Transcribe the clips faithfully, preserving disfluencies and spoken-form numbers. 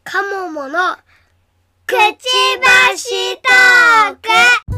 カモモのくちばしトーク。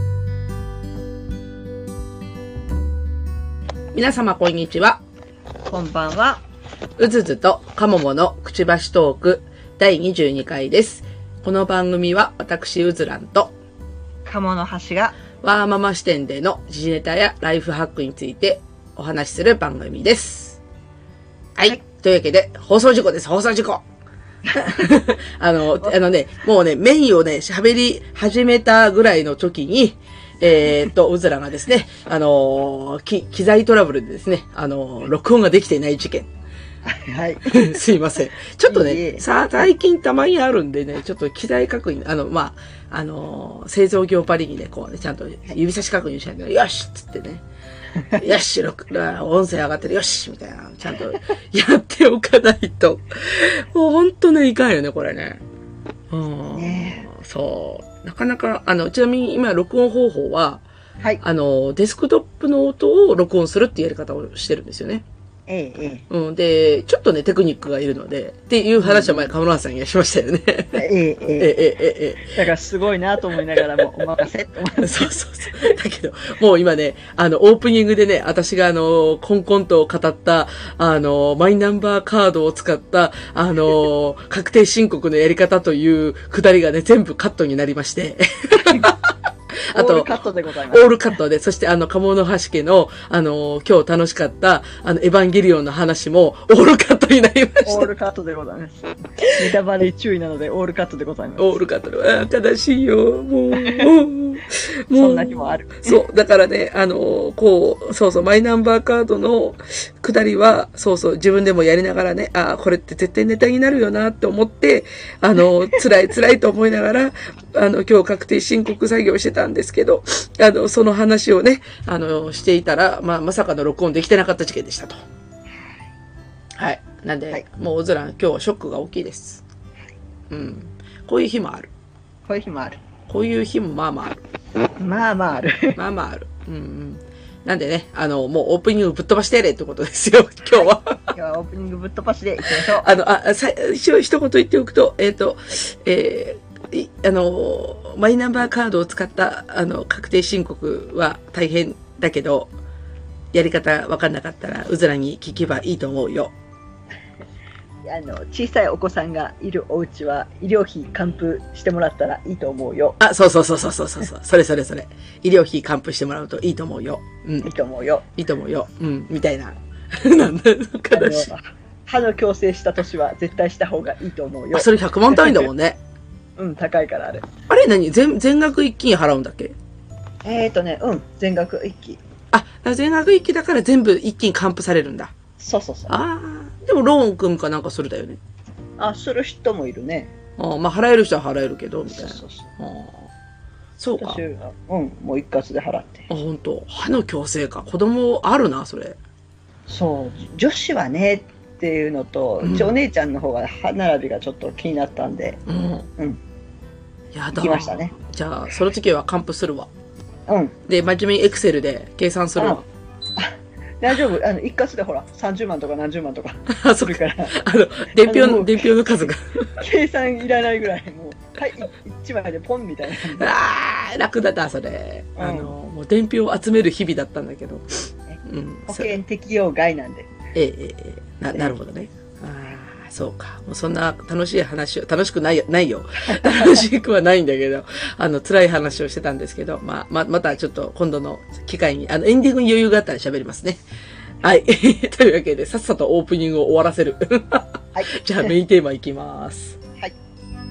皆様こんにちは。 こんばんは。 うずずとカモモのくちばしトークだいにじゅうにかいです。この番組は私うずらんとカモの橋がワーママ視点での時事ネタやライフハックについてお話しする番組です。はい。はい、というわけで、放送事故です。放送事故。あの、あのね、もうね、メインをね、喋り始めたぐらいの時に、えー、っと、うずらがですね、あのー、き、機材トラブルでですね、あのー、録音ができていない事件。 はい。 すいません。ちょっとね、 いいえさあ、最近たまにあるんでね、ちょっと機材確認、あの、まあ、あのー、製造業パリにね、こうね、ちゃんと指差し確認しないと、よしっつってね。よし、録音声上がってる、よしみたいな、ちゃんとやっておかないと。もうほんとね、いかんよね、これね。うん。ね、そう。なかなか、あの、ちなみに今、録音方法は、 はい。 あの、デスクトップの音を録音するっていうやり方をしてるんですよね。 ええ、ええ。うん。で、ちょっとね、テクニックがいるので、っていう話は前、カムランさんにしましたよね。 ええ、ええ、ええ、ええ。だからすごいなと思いながらも、お任せって思って。 そうそうそう。だけど、もう今ね、あの、オープニングでね、私があの、コンコンと語った、あの、マイナンバーカードを使った、あの、確定申告のやり方というくだりがね、全部カットになりまして。 あと、オールカットでございます。 オールカットで、そしてあの、鴨の橋家の、あの、今日楽しかった、あの、エヴァンゲリオンの話も、オールカットになりました。 オールカットでございます。ネタバレ注意なので、オールカットでございます。 オールカットで、あー悲しいよ、もう、もう、もう。 そんな日もある。 そう、だからね、あの、こう、そうそう、マイナンバーカードのくだりは、そうそう、自分でもやりながらね、ああ、これって絶対ネタになるよなって思って、あの、辛い辛いと思いながら、あの、今日確定申告作業してたんですけど、あの、その話をね、あの、していたら、まあ、まさかの録音できてなかった事件でしたと。はい。なんで、はい、もうおずらん、今日はショックが大きいです。うん。こういう日もある。 こういう日もある。 こういう日もまあまあある。 まあまあある。 まあまあある。うんうん。なんでね、あの、もうオープニングぶっ飛ばしてやれってことですよ、今日は。 今日はオープニングぶっ飛ばしでいきましょう。 あの、あ、さ、一応一言言っておくと、えっ、ー、と、えー、あの、マイナンバーカードを使った、あの、確定申告は大変だけど、やり方わかんなかったら、うずらに聞けばいいと思うよ。 あの、小さいお子さんがいるお家は、医療費還付してもらったらいいと思うよ。 あ、そうそうそうそうそうそう。それそれそれ。医療費還付してもらうといいと思うよ。うん。いいと思うよ。 いいと思うよ。うん、みたいな。なんだ、悲しい。 歯の矯正した年は絶対した方がいいと思うよ。 あ、それひゃくまん単位だもんね。 うん、高いからあれ。 あれ何全、全額一気に払うんだっけ？ えーとね、うん、全額一気。 あ、全額一気だから全部一気に還付されるんだ。 そうそうそう。 ああ。でもローン組むかなんかするだよね。 あ、する人もいるね。 ああ、まあ払える人は払えるけど、みたいな。そうそうそう。あそうか。 私は、うん、もう一括で払って。 あ、本当。歯の矯正か。子供あるな、それ。 そう、女子はねっていうのと、うん、うちお姉ちゃんの方が歯並びがちょっと気になったんで、うん。うん。 やだ。 行きましたね。 じゃあ、その時は還付するわ。 うん。 で、真面目にエクセルで計算するわ。 大丈夫。あの、一括でほら、さんじゅうまんとか何十万とか。 あ、それから。あの、伝票の、伝票の数が。 計算いらないぐらい、もう、はい、一枚でポンみたいな。 ああ、楽だった、それ。うん、あの、もう伝票を集める日々だったんだけど。 うん。保険適用外なんで。 ええ、ええ、な、なるほどね。ああ、そうか。もうそんな楽しい話を、楽しくないよ、ないよ。楽しくはないんだけど、あの、辛い話をしてたんですけど、まあ、ま、またちょっと今度の機会に、あの、エンディングに余裕があったら喋りますね。はい。というわけで、さっさとオープニングを終わらせる。はい。じゃあメインテーマいきます。 はい。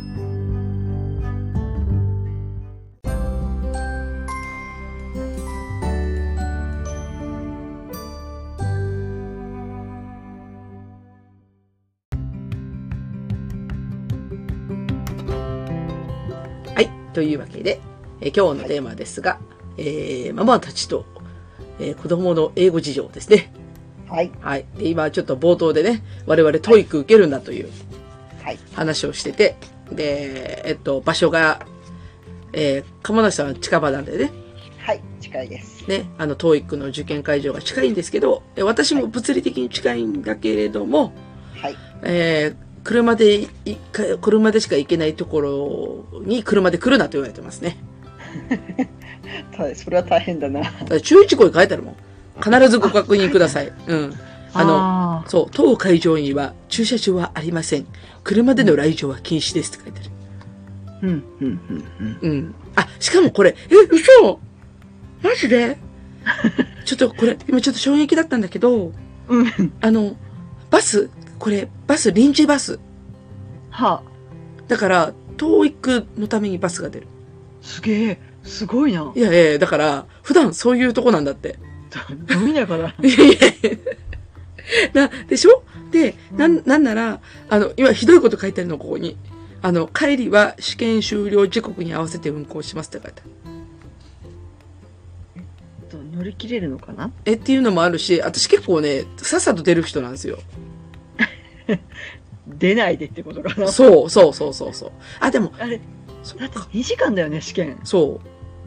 はい。というわけで、え今日のテーマですが、えー、ママたちと、えー、子供の英語事情ですね。 はい。 はい。で、今ちょっと冒頭でね、我々トイック受けるんだという話をしてて、で、えっと、場所が、えー、鴨梨さんは近場なんでね。 はい、近いです。 ね、あの、トーイックの受験会場が近いんですけど、私も物理的に近いんだけれども、 はい。 えー、 車でいか、車でしか行けないところに車で来るなと言われてますね。 たそれは大変だな。 だから注意事項に書いてあるもん。必ずご確認ください。うん。あの、 あーそう、当会場には駐車場はありません。車での来場は禁止ですって書いてある。 うんうんうんうん。 うん。あ、しかもこれ、え、嘘マジでちょっとこれ、今ちょっと衝撃だったんだけど、 うん。 あの、バス、これ、バス、臨時バス。 はあ、 だから、トーイックのためにバスが出る。 すげえ、すごいな。 いやいやいや、だから、普段そういうとこなんだって。 飲みながら。 いやいやいや。な、でしょで、なん、なんなら、あの、今ひどいこと書いてあるの、ここに。あの、帰りは試験終了時刻に合わせて運行しますって書いてある。 乗り切れるのかな。 え、っていうのもあるし、私結構ね、さっさと出る人なんですよ。 出ないでってことかな。 そう、そうそうそうそう。あ、でも、 あれ、だってそうか。 にじかんだよね、試験。 そう。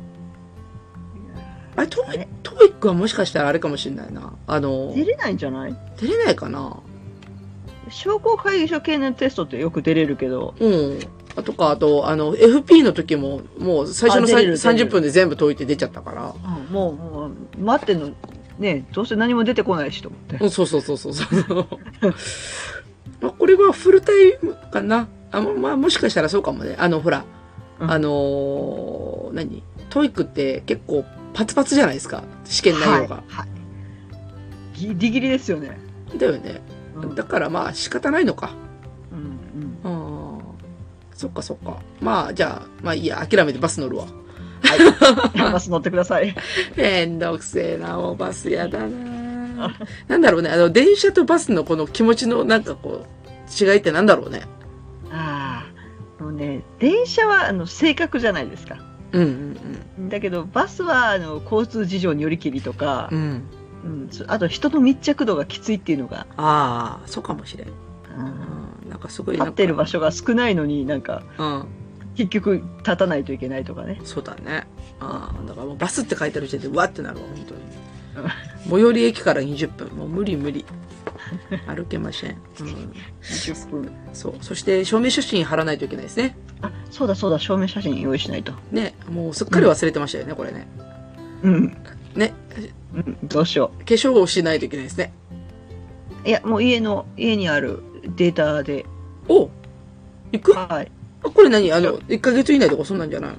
あれ、トーイあれトーイックはもしかしたらあれかもしれないな。あの、 出れないんじゃない？ 出れないかな。 商工会議所系のテストってよく出れるけど。 うん。あとか、あと、あの、エフピー の時も、もう最初のあ出れるさんじゅっぷんで全部解いて出ちゃったから。 うん、もう、もう、待ってんの、ね、どうせ何も出てこないしと思って。 うん、そうそうそうそうそう。まあ、これはフルタイムかな。あ、まあ、もしかしたらそうかもね。あの、ほら、 うんあのー何トイックって結構パツパツじゃないですか。試験内容が。 はいはい、ギリギリですよね。 だよね。 うんだからまあ仕方ないのか。 うんうんうん。そっかそっか。まあ、じゃあ、まあいいや、諦めてバス乗るわ。 はい。バス乗ってください。 めんどくせえな、もうバスやだな。なんだろうね、あの、電車とバスのこの気持ちのなんかこう、違いってなんだろうね。 ああ、もうね、電車はあの正確じゃないですか。 うんうんだけど、バスはあの交通事情によりきりとかうん。う、ん。 うん、そあと人の密着度がきついっていうのが、 ああ、そうかもしれん。 うんうん。なんかすごいなんか。 立ってる場所が少ないのになんか、 うん。 結局立たないといけないとかね。 そうだね。ああ、だからもうバスって書いてある時点でわってなるわ、本当に。最寄り駅からにじゅっぷん。もう無理無理。歩けません。うん。 にじゅっぷん。 そう。そして証明写真貼らないといけないですね。 あ、そうだそうだ、証明写真用意しないと。 ね。もうすっかり忘れてましたよね、これね。 うん。 ね。 うん、どうしよ化粧をしないといけないですね。 う。いや、もう家の、家にあるデータで。 お行くあ、 はい。 これ何あの、いっかげつ以内とかそんなんじゃない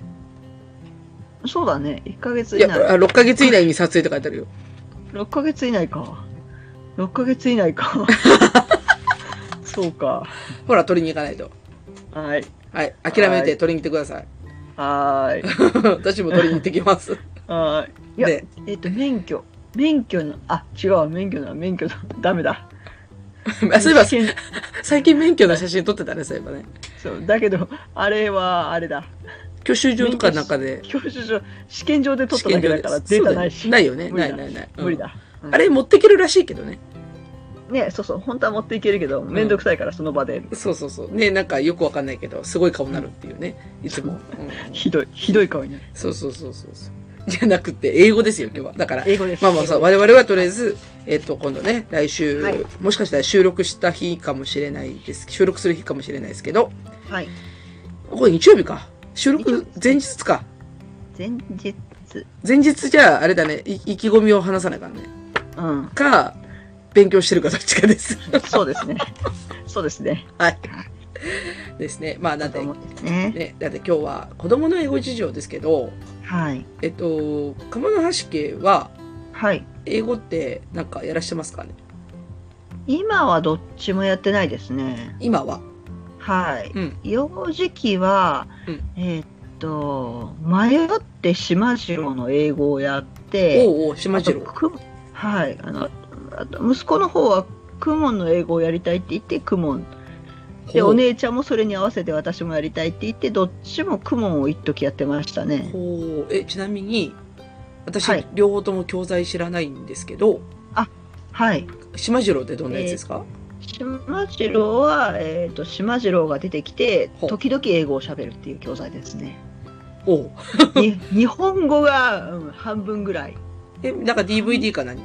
そうだね。いっかげついや、 以内。 あろっかげつ以内に撮影って書いてあるよ。 ろっかげつ以内か。ろっかげつ以内か。そうか。 ほら、取りに行かないと。 はい。 はい。諦めて取りに行ってください。 はーい。 私も取りに行ってきます。 はーい。いや、 でえっと、免許。免許の、あ、違う、免許の、免許の、ダメだ。 あそういえば、 試験最近免許の写真撮ってたね、そういえばね。 そう、だけど、あれは、あれだ。 教習所とかなんかで。 教習所、試験場で取っただけだから、データないし。 そうだよねないよね。 無理だないないない。うん無理だ。うんあれ持っていけるらしいけどね。 ね、そうそう、本当は持っていけるけど、めんどくさいから、その場で。 そうそうそう。ね、なんかよくわかんないけど、すごい顔になるっていうね。いつも。うんひどい、ひどい顔になる。 そうそうそうそうそう。じゃなくて、英語ですよ、今日は。だから、 英語です。 まあまあそう、我々はとりあえず、えっと、今度ね、来週、 はいもしかしたら収録した日かもしれないです。収録する日かもしれないですけど、 はい。 これ日曜日か。収録前日か。 前日。 前日じゃあ、あれだね、い意気込みを話さないからね。 うん。 か、勉強してるかどっちかです。 そうですね。そうですね。 はい。ですね。まあ、だって、 そうですね。 ね、だって今日は子供の英語事情ですけど、 はい。 えっと、鴨の橋家は、 はい。 英語ってなんかやらしてますかね今はどっちもやってないですね。 今は。 はい。 うん。 幼児期は、 うんえーっと、迷って島次郎の英語をやって、 おうおう、島次郎。 あとくはい。あの、あと息子の方は、クモンの英語をやりたいって言って、クモン。で、 ほうお姉ちゃんもそれに合わせて私もやりたいって言って、どっちもクモンを一時やってましたね。 ほう。え、ちなみに、私、 はい両方とも教材知らないんですけど、 はい。 島次郎ってどんなやつですか、 島次郎は、えーっと、島次郎が出てきてほう、 時々英語を喋るっていう教材ですね。 おう。 に日本語が、うん、半分ぐらい。 え、なんか ディーブイディー か何か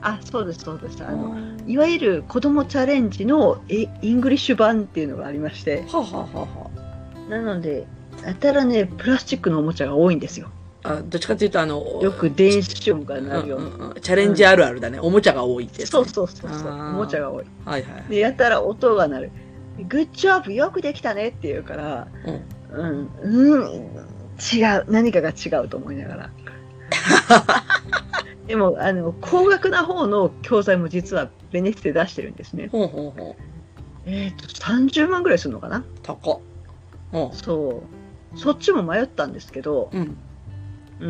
あ、そうですそうです。あのいわゆる子供チャレンジのえイングリッシュ版っていうのがありまして、 はあ、はあはあはあ、なのでやたらねプラスチックのおもちゃが多いんですよ。 あ、どっちかというとあのよく電子音が鳴るような、 うんうんうん、チャレンジあるあるだね、うん、おもちゃが多いってやつ、ね、 そうそうそうそう、おもちゃが多い。 はいはい。 でやたら音が鳴る。グッジョブよくできたねって言うから、うん、うん、うん、違う、何かが違うと思いながら。でもあの高額な方の教材も実はベネフィで出してるんですね。 ほうほうほう。 えっとさんじゅうまんぐらいするのかな。 高っ。うん、 そうそっちも迷ったんですけど、 うん、うん、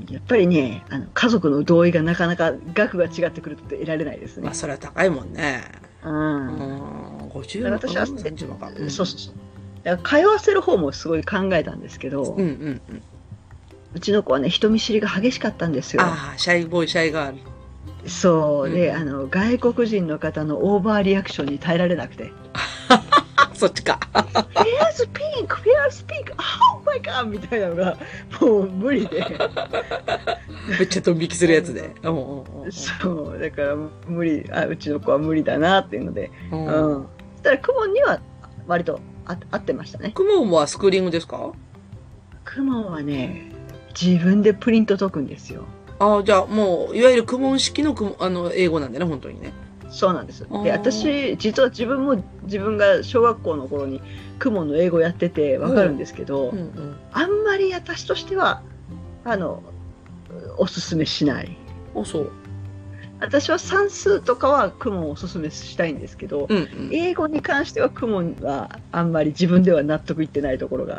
やっぱりねあの家族の同意がなかなか額が違ってくると得られないですね。 まあそれは高いもんね。 うん、 うん、ごじゅうまんか。 私は、 うん、 そうそうそう。だから通わせる方もすごい考えたんですけど、 うんうんうん、 うちの子はね人見知りが激しかったんですよ。 ああ、シャイボーイシャイガール。 そうで、 うん、 あの外国人の方のオーバーリアクションに耐えられなくて。 そっちか。 Where's pink? Where's pink? Oh my god! みたいなのがもう無理で。 めっちゃドン引きするやつで。 そうだから無理、あ、うちの子は無理だなっていうので、うん。うん、そしたらクモンには割とあ合ってましたね。 クモンはスクーリングですか？ クモンはね自分でプリント解くんですよ。 ああ、じゃあもういわゆるクモン式のクモあの英語なんだね、本当にね。 そうなんです。で、私実は自分も自分が小学校の頃にクモンの英語やっててわかるんですけど、うんうんうん、あんまり私としてはあのおすすめしない。 あ、そう。 私は算数とかはクモンをおすすめしたいんですけど、うんうん、英語に関してはクモンはあんまり自分では納得いってないところがあって、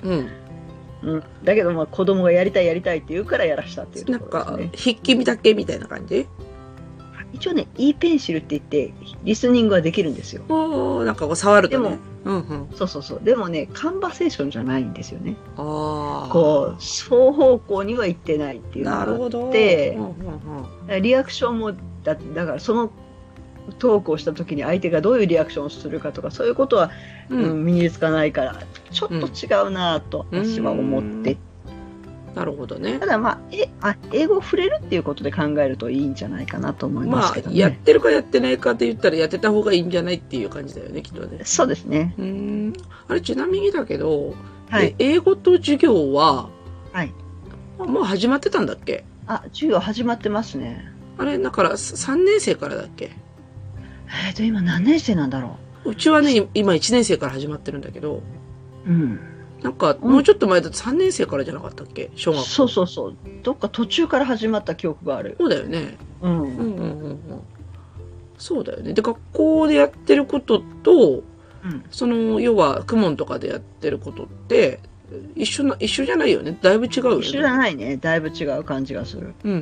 うんうん、だけどまあ子供がやりたいやりたいって言うからやらしたっていうところですね。 なんか筆記だけみたいな感じ？ 一応ね E ペンシルって言ってリスニングはできるんですよ。 おー、なんかこう触るとね。でも、 うんうん、そうそうそう。でもねカンバセーションじゃないんですよね。 ああ。 こう双方向には行ってないっていうのがあって、なるほど、うんうんうん、リアクションもだだからそのトークをした時に相手がどういうリアクションをするかとかそういうことは、うんうん、身につかないからちょっと違うなと私は思って、 うん、なるほどね。 ただまあえあ英語を触れるっていうことで考えるといいんじゃないかなと思いますけどね。 まあ、やってるかやってないかって言ったらやってた方がいいんじゃないっていう感じだよねきっとね。 そうですね。 うん、あれちなみにだけど、はい、英語と授業は、はい、もう始まってたんだっけ？ あ、授業始まってますね。 あれだからさんねん生からだっけ？ えーと今何年生なんだろう。うちはね今いちねん生から始まってるんだけど、 うん、 なんかもうちょっと前だとさんねん生からじゃなかったっけ？小学校。 そうそうそう。どっか途中から始まった記憶がある。 そうだよね。うん。うんうんうんうん。そうだよね。で学校でやってることと、うん、その要はクモンとかでやってることって一緒な一緒じゃないよね。だいぶ違うよね。 一緒じゃないね。だいぶ違う感じがする。 うんうんうん。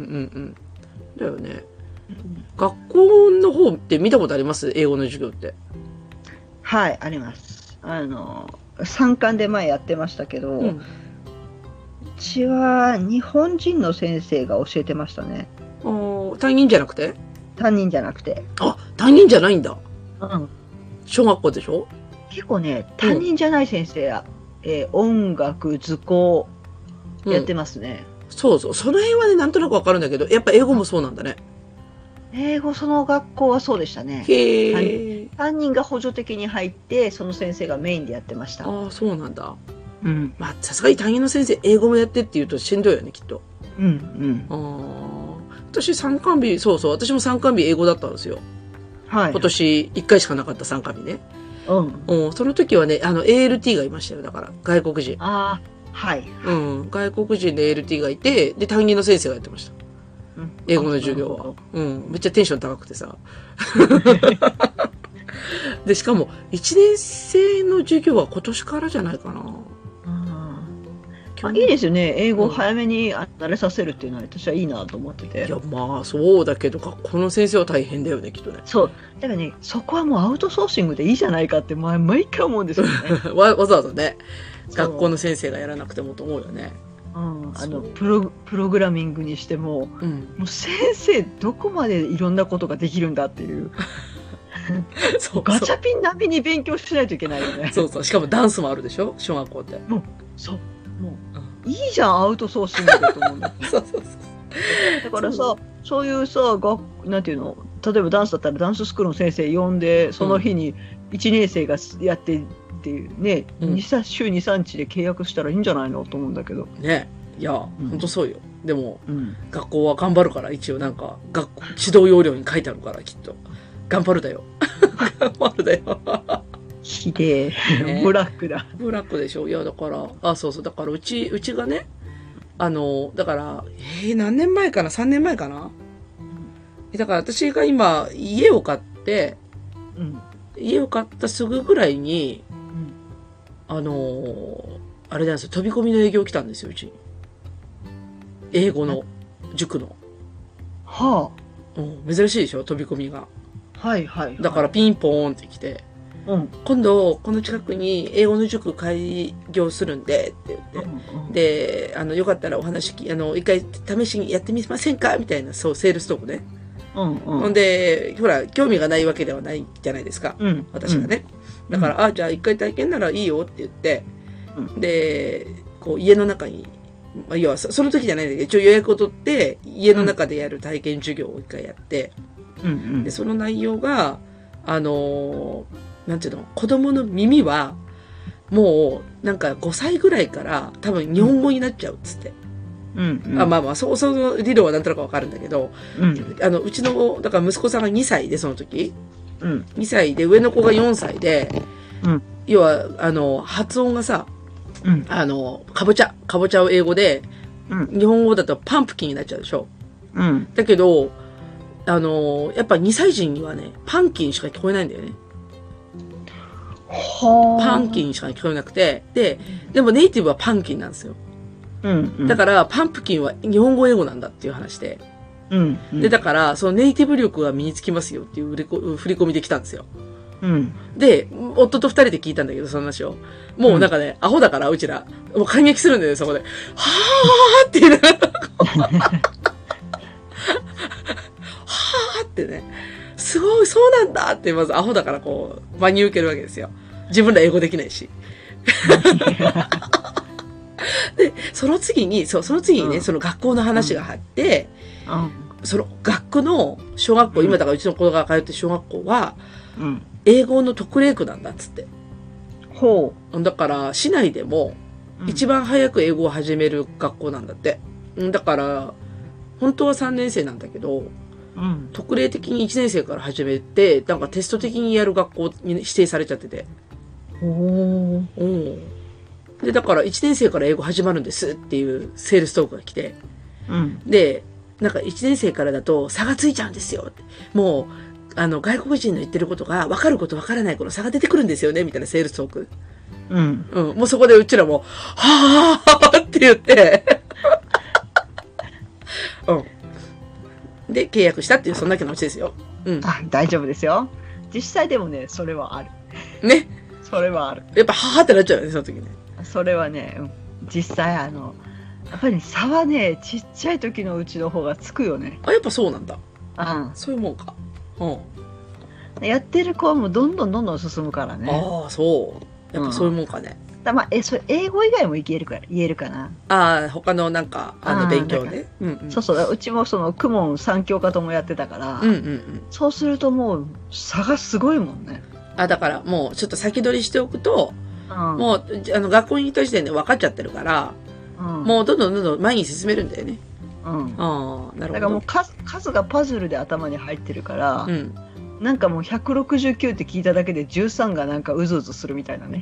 だよね。うん、学校の方って見たことあります？英語の授業って。 はい、あります。あの参観で前やってましたけど、うん、うちは日本人の先生が教えてましたね。 担任じゃなくて？ 担任じゃなくて。 あ、担任じゃないんだ。 うん。 小学校でしょ？ 結構ね、担任じゃない先生や、うん、えー、音楽、図工やってますね、 うん。そうそう。その辺はね、なんとなくわかるんだけど、やっぱ英語もそうなんだね。 英語、その学校はそうでしたね。 へー。 担任が補助的に入って、その先生がメインでやってました。 ああ、そうなんだ。 うん。 まあ、さすがに担任の先生、英語もやってって言うとしんどいよね、きっと。 うん、うん。 ああ。私、参観日、そうそう、私も参観日英語だったんですよ。 はい。 今年いっかいしかなかった参観日ね。 うん。 うん、その時はね、あの、エーエルティー がいましたよ、だから、外国人。 ああ、はい。 うん、外国人で エーエルティー がいて、で、担任の先生がやってました。うん、英語の授業は。うん、めっちゃテンション高くてさ。で、しかも、いちねん生の授業は今年からじゃないかな。 あ、いいですよね。英語を早めに慣れさせるっていうのは私はいいなと思ってて。 いや、まあ、そうだけど、学校の先生は大変だよね、きっとね。 そう。だからね、そこはもうアウトソーシングでいいじゃないかって、まあ、毎回思うんですよね。 わ、わざわざね、学校の先生がやらなくてもと思うよね。 うん、あのプロ、プログラミングにしても、うん、もう先生どこまでいろんなことができるんだっていう。そうガチャピン並みに勉強しないといけないよね。 そうそう。しかもダンスもあるでしょ、小学校って。 もう、そう。もう、うん、いいじゃん、アウトソーシングだと思うんだ。 そうそうそう。 だからさ、 そういうさ、がなんていうの、例えばダンスだったらダンススクールの先生呼んで、その日にいちねん生がやってっていうね、 うん、 に週に、さんにちで契約したらいいんじゃないのと思うんだけど。 ね。いや、 うん、 ほんとそうよ。でも、 うん、 学校は頑張るから、一応なんか、学校、指導要領に書いてあるから、きっと。頑張るだよ。頑張るだよ。 ひでえ、 ね、 ブラックだ。 ブラックでしょ。いや、だから、あ、そうそう、だからうち、うちがね、あの、だから、えー、何年前かな ?さん 年前かな、うん、だから私が今、家を買って、うん、家を買ったすぐぐらいに、うん、あの、あれなんですよ、飛び込みの営業来たんですよ、うちに。英語の、塾の。はあ。うん、珍しいでしょ、飛び込みが。 はいはい、はい。 だからピンポーンって来て、うん、今度、この近くに英語の塾開業するんで、って言って、うんうん、で、あの、よかったらお話き、あの、一回試しにやってみませんかみたいな、そう、セールストークね。うんうん、ほんで、ほら、興味がないわけではないじゃないですか。うん、私がね。うん、だから、あ、じゃあ一回体験ならいいよって言って、うん、で、こう、家の中に、まあ、要はそ、その時じゃないんだけど、一応予約を取って、家の中でやる体験授業を一回やって、うんうん、で、その内容が、あのー、なんていうの、子供の耳は、もう、なんかごさいぐらいから多分日本語になっちゃうっつって。うんうん、あまあまあ、そう、その理論はなんとなくわかるんだけど、うん、あの、うちの、だから息子さんがにさいで、その時。うん、にさいで、上の子がよんさいで、うん、要は、あの、発音がさ、うん、あの、かぼちゃ、かぼちゃを英語で、うん、日本語だとパンプキンになっちゃうでしょ。うん、だけど、あの、やっぱにさい児にはね、パンキンしか聞こえないんだよね。パンキンしか聞こえなくて、で、でもネイティブはパンキンなんですよ。うんうん、だから、パンプキンは日本語英語なんだっていう話で。うんうん、で、だから、そのネイティブ力が身につきますよっていう振り込みできたんですよ。うん、で、夫と二人で聞いたんだけど、その話を。もうなんかね、うん、アホだから、うちら。もう感激するんだよね、そこで。はーって言いながら。はーってね。すごい、そうなんだって、まずアホだからこう、真に受けるわけですよ。自分ら英語できないし。で、その次に、そう、その次にね、うん、その学校の話があって、うん、その学区の小学校、うん、今だからうちの子が通ってる小学校は、うん、英語の特例区なんだっつって。ほう。だから、市内でも、一番早く英語を始める学校なんだって。だから、本当はさんねん生なんだけど、うん、特例的にいちねん生から始めて、なんかテスト的にやる学校に指定されちゃってて。おー。で、だからいちねん生から英語始まるんですっていうセールストークが来て。うん、で、なんかいちねん生からだと差がついちゃうんですよ。もう、あの、外国人の言ってることが分かること分からないこの差が出てくるんですよねみたいなセールストーク。うん。うん。もうそこでうちらも、はぁーって言って、うん。で、契約したっていう、そんだけのうちですよ。うん。 あ、大丈夫ですよ。実際でもね、それはある。 ね。 それはある。 やっぱ、はぁってなっちゃうよね、その時ね。 それはね、うん、実際あの、やっぱり差はね、ちっちゃい時のうちの方がつくよね。 あ、やっぱそうなんだ。 うん。 そういうもんか。うん。 やってる子はもうどんどんどんどん進むからね。 ああ、そう。やっぱそういうもんかね。 だまあ、え、それ英語以外も言えるか言えるかな。 ああ、他のなんか、あの、勉強で。 うんうん、そうそう。うちもその、公文三教科ともやってたから、うんうんうん、そうするともう、差がすごいもんね。 あ、だからもう、ちょっと先取りしておくと、うん、もう、あの、学校に行った時点で分かっちゃってるから、うん、もうどんどんどんどん前に進めるんだよね。うん。ああ、なるほど。 だからもう数、数がパズルで頭に入ってるから、うん、なんかもうひゃくろくじゅうきゅうって聞いただけでじゅうさんがなんかうずうずするみたいなね。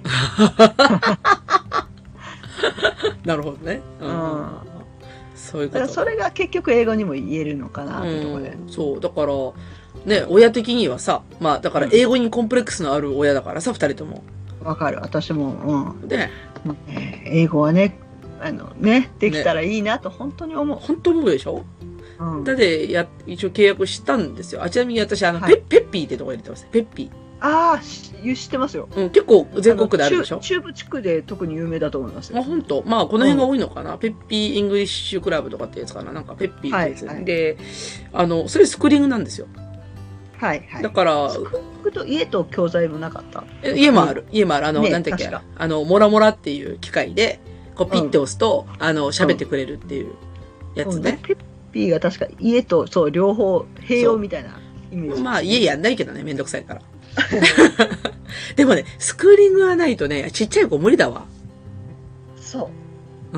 なるほどね。うん。そういうこと。 だからそれが結局英語にも言えるのかなってところで、 うん。そう。だから、ね、親的にはさ、まあだから英語にコンプレックスのある親だからさ、二人とも。 わかる。私も。うん。 で、 英語はね、あのね、できたらいいなと本当に思う。 ね、本当思うでしょ？うん、だってや、一応契約したんですよ。あ、ちなみに私、あの、はい、ペ, ペッピーってとこ入れてます。ペッピー。 ああ、知ってますよ。 うん、結構全国であるでしょ。 中部地区で特に有名だと思いますよ。 あ、本当。まあ、この辺が多いのかな。うん、ペッピーイングリッシュクラブとかってやつかな。なんか、ペッピーってやつ、はいはい。で、あの、それスクリーングなんですよ。 はいはい。 だから、 スクリーングと家と教材もなかった？ 家もある。家もある。あの、ね、なんていうか、あの、モラモラっていう機械で、こうピッて押すと、うん、あの、喋ってくれるっていうやつね。 うん、ペピー が確か家とそう両方併用みたいなイメージ。 まあ家やんないけどね、めんどくさいから。でもね、スクーリングがないとね、ちっちゃい子無理だわ。 そう。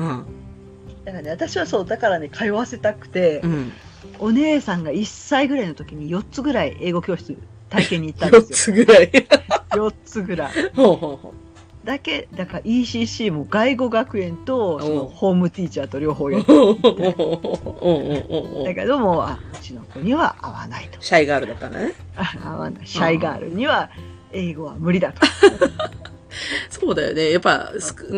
うん。 だからね、私はそう、だからね、通わせたくて、 うん、 お姉さんがいっさいぐらいの時によっつぐらい英語教室体験に行ったんですよ。 よっつぐらい。 よっつぐらい。 ほうほうほう。 だけ、だから イーシーシー も外語学園とそのホームティーチャーと両方やってだけども、あ、うちの子には合わないと。 シャイガールだったね。 合わない。シャイガールには英語は無理だと。 そうだよね。やっぱ、うん、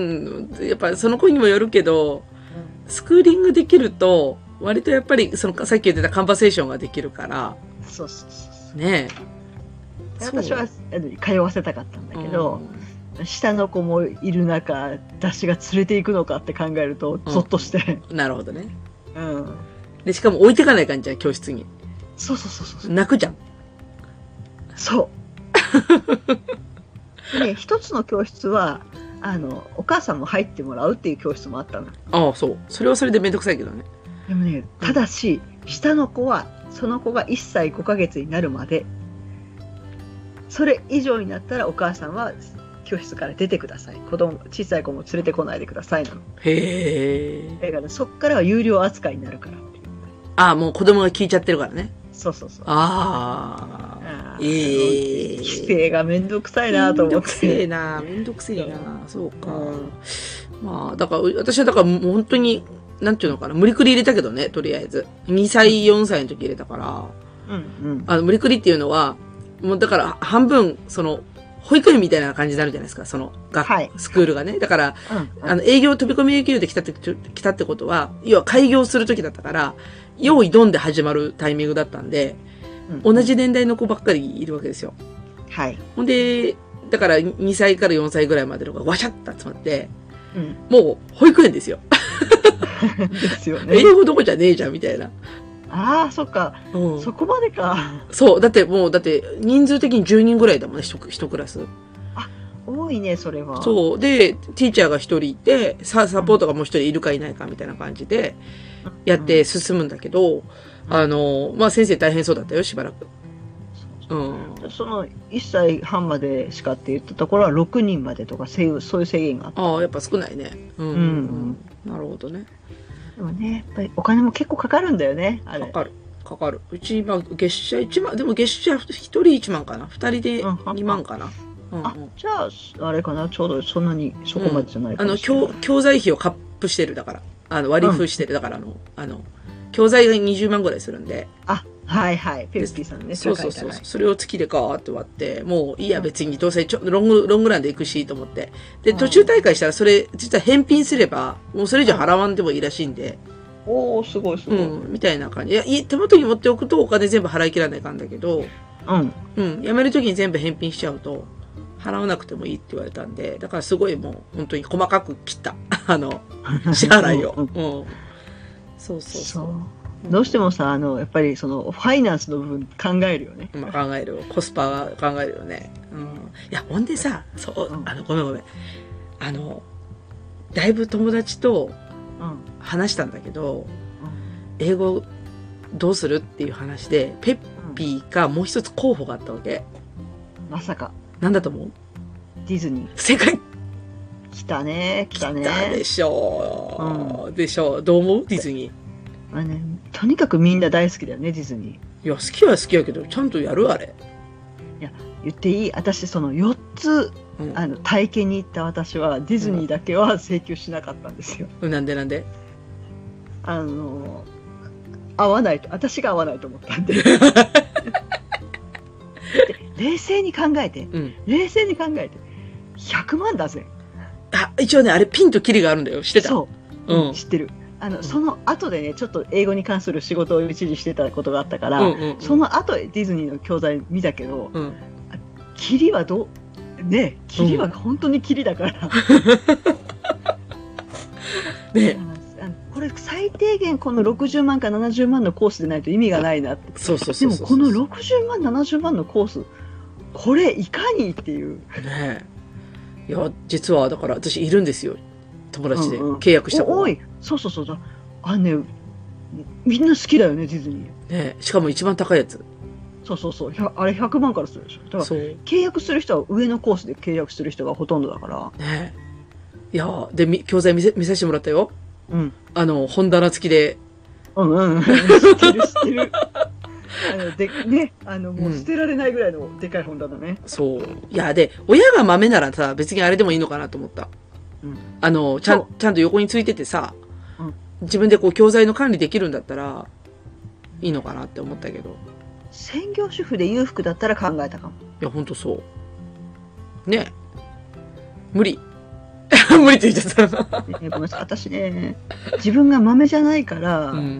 やっぱその子にもよるけど、スクーリングできると、割とやっぱり、その、さっき言ってたカンバセーションができるから。 そうそうそう。 ねえ。私は通わせたかったんだけど、うん、下の子もいる中、私が連れて行くのかって考えると、ゾッとして、 うん。なるほどね。 うん。 で、しかも置いてかない感じじゃん、教室に。 そうそうそうそう。 泣くじゃん。 そう。で、一つの教室は、あの、お母さんも入ってもらうっていう教室もあったの。 ああ、そう。それはそれでめんどくさいけどね。 でもね、ただし、うん、下の子は、その子がいっさいごかげつになるまで、それ以上になったらお母さんは教室から出てください。子供、小さい子も連れてこないでくださいなの。 へえ。 だからそっからは有料扱いになるからっていう。 ああ、もう子供が聞いちゃってるからね。 そうそうそう。 ああ。ええ。 規制がめんどくさいなと思って。めんどくせえな。めんどくせえな。そうか。うん、まあ、だから、私はだからもう本当に、なんていうのかな。無理くり入れたけどね、とりあえず。にさい、よんさいの時入れたから。うんうん。あの、無理くりっていうのは、もうだから半分、その、保育園みたいな感じになるじゃないですか、その、学、はい、スクールがね。だから、うんうん、あの、営業飛び込み営業で来たって、来たってことは、要は開業する時だったから、用意ドンで始まるタイミングだったんで、うん、同じ年代の子ばっかりいるわけですよ。はい。ほんで、だからにさいからよんさいぐらいまでのがわしゃっと集まって、うん、もう保育園ですよ。ですよね。英語どこじゃねえじゃん、みたいな。 ああ、そっか、うん。そこまでか。 そう。だってもう、だって人数的にじゅうにんぐらいだもんね、一クラス。 あ、多いね、それは。 そう。で、ティーチャーが一人いて、ササポートがもう一人いるかいないかみたいな感じで、やって進むんだけど、うん、あの、まあ、先生大変そうだったよ、しばらく。 うん。そのいっさいはんまでしかって言ったところはろくにんまでとか、そういう制限があった。 ああ、やっぱ少ないね。うん。うん、なるほどね。 でもね、やっぱりお金も結構かかるんだよね、あれ。 かかる。かかる。うち今、月謝いちまん、でも月謝ひとりいちまんかな。ふたりでにまんかな。 うんうん、あ、じゃあ、あれかな、ちょうどそんなに、そこまでじゃないかもしれない。 うん、あの、教、教材費をカップしてるだから。あの、割り風してる。だから、あの、あの、教材がにじゅうまんぐらいするんで。 あ、はいはい。ペルピーさんね。 そうそうそう。それを月でガーって割って、もういいや別にどうせちょロング、ロングランで行くしと思って。で、途中大会したらそれ、実は返品すれば、もうそれ以上払わんでもいいらしいんで。 おお、すごいすごい。 うん、みたいな感じ。いや、手元に持っておくとお金全部払い切らないかんだけど、うん。うん。辞めるときに全部返品しちゃうと、払わなくてもいいって言われたんで、だからすごいもう本当に細かく切った。あの、支払いを。うん。そうそうそう。 どうしてもさ、あの、やっぱりその、ファイナンスの部分考えるよね。 まあ考える。コスパは考えるよね。うん。いや、ほんでさ、そう、うん、あの、ごめんごめん。あの、だいぶ友達と話したんだけど、うん、英語どうするっていう話で、ペッピーかもう一つ候補があったわけ。 まさか。 なんだと思う？ ディズニー。 正解！ 来たね、来たね。 来たでしょう。うん、でしょう。どう思う？ディズニー。 あね、とにかくみんな大好きだよね、ディズニー。 いや、好きは好きやけど、ちゃんとやるあれ。 いや、言っていい？私、そのよっつ、うん、あの、体験に行った私は、ディズニーだけは請求しなかったんですよ。 うん、なんでなんで？ あの、合わないと、私が合わないと思ったんで。で冷静に考えて、うん、冷静に考えて、ひゃくまんだぜ。 あ、一応ね、あれピンとキリがあるんだよ。知ってた？ そう。うん、知ってる。あの、うん、その後でね、ちょっと英語に関する仕事を一時してたことがあったから、うんうんうん、その後ディズニーの教材見たけど、うん、キリはどう、ね、キリは本当にキリだから。うん、ね、これ最低限このろくじゅうまんかななじゅうまんのコースでないと意味がないなって。 そうそうそうそう。 でもこのろくじゅうまんななじゅうまんのコース、これいかにっていう。 ねえ。いや、実はだから私いるんですよ。友達で契約した子が、 うんうん、おい、そうそうそう。あのね、 みんな好きだよね、ディズニー。 ね、しかも一番高いやつ。 そうそうそう。あれひゃくまんからするでしょ。だから契約する人は上のコースで契約する人がほとんどだから。 ね。いやで、教材見せ、見させてもらったよ。 うん。 あの、本棚付きで。 うんうん。知ってる知ってる。あの、で、ね、あの、もう捨てられないぐらいのでかい本棚ね。 うん、そう。いや、で、親が豆ならさ、別にあれでもいいのかなと思った。うん。あの、ちゃん、ちゃんと横についててさ、うん、自分でこう、教材の管理できるんだったら、いいのかなって思ったけど。 専業主婦で裕福だったら考えたかも。 いや、ほんとそう。ね無理。無理って言っちゃったな。 ごめんなさい。私ね、自分が豆じゃないから、うん。うん、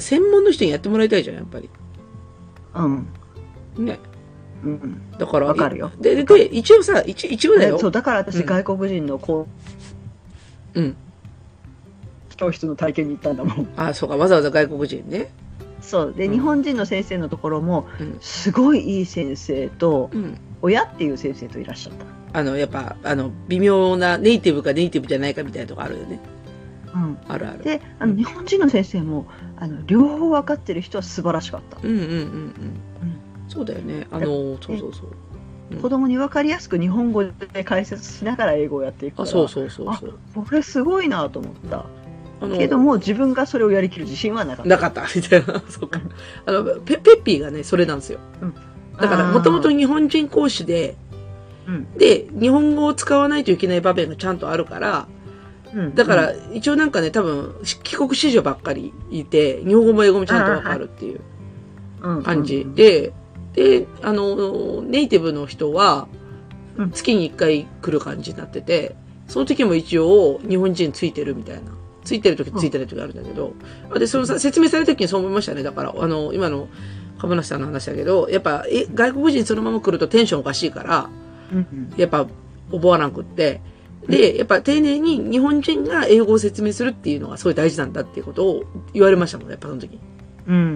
専門の人にやってもらいたいじゃん、やっぱり。 うん。 ね。 うん。 だから、 わかるよ。 で、で、一応さ、一一応だよ。 そう、だから私、外国人のこう、うん。 教室の体験に行ったんだもん。 ああ、そうか、わざわざ外国人ね。 そうで、うん、日本人の先生のところも、うん、すごいいい先生と、うん、親っていう先生といらっしゃった。 あのやっぱあの微妙なネイティブかネイティブじゃないかみたいなとこあるよね。 うん、 あるある。 で、あの日本人の先生もあの両方分かってる人は素晴らしかった。 うんうんうんうん。うん、そうだよね。あのそうそうそう。 うん、子供に分かりやすく日本語で解説しながら英語をやっていくから。 あ、そうそうそうそう。 あ、これすごいなと思った。けども自分がそれをやりきる自信はなかった。 なかったみたいな。そうか。あのペペッピーがねそれなんですよ。うん、だからもともと日本人講師で、うん、で日本語を使わないといけない場面がちゃんとあるから、うん、だから一応なんかね多分帰国子女ばっかりいて日本語も英語もちゃんとわかるっていう感じで、であのネイティブの人は月にいっかい来る感じになってて、その時も一応日本人ついてるみたいな。ついてる時ついてない時あるんだけど、うん、でその説明された時にそう思いましたね。だからあの今の株主さんの話だけど、やっぱえ外国人そのまま来るとテンションおかしいから、うん、やっぱ覚わなくって、でやっぱ丁寧に日本人が英語を説明するっていうのがすごい大事なんだっていうことを言われましたもん、やっぱその時に。うんうんうん。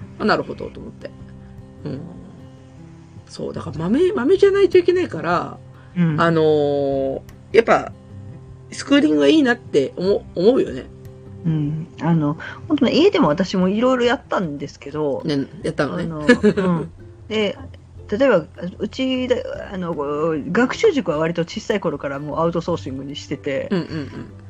うん、なるほどと思って。うん。そうだから豆豆じゃないといけないから、うん、あのー、やっぱ。スクーリングがいいなって思思うよね。 うん、あの本当に家でも私もいろいろやったんですけど、 ね、やったのね。 あの、うん、で例えばうちであの学習塾は割と小さい頃からもうアウトソーシングにしてて、うんうんうん、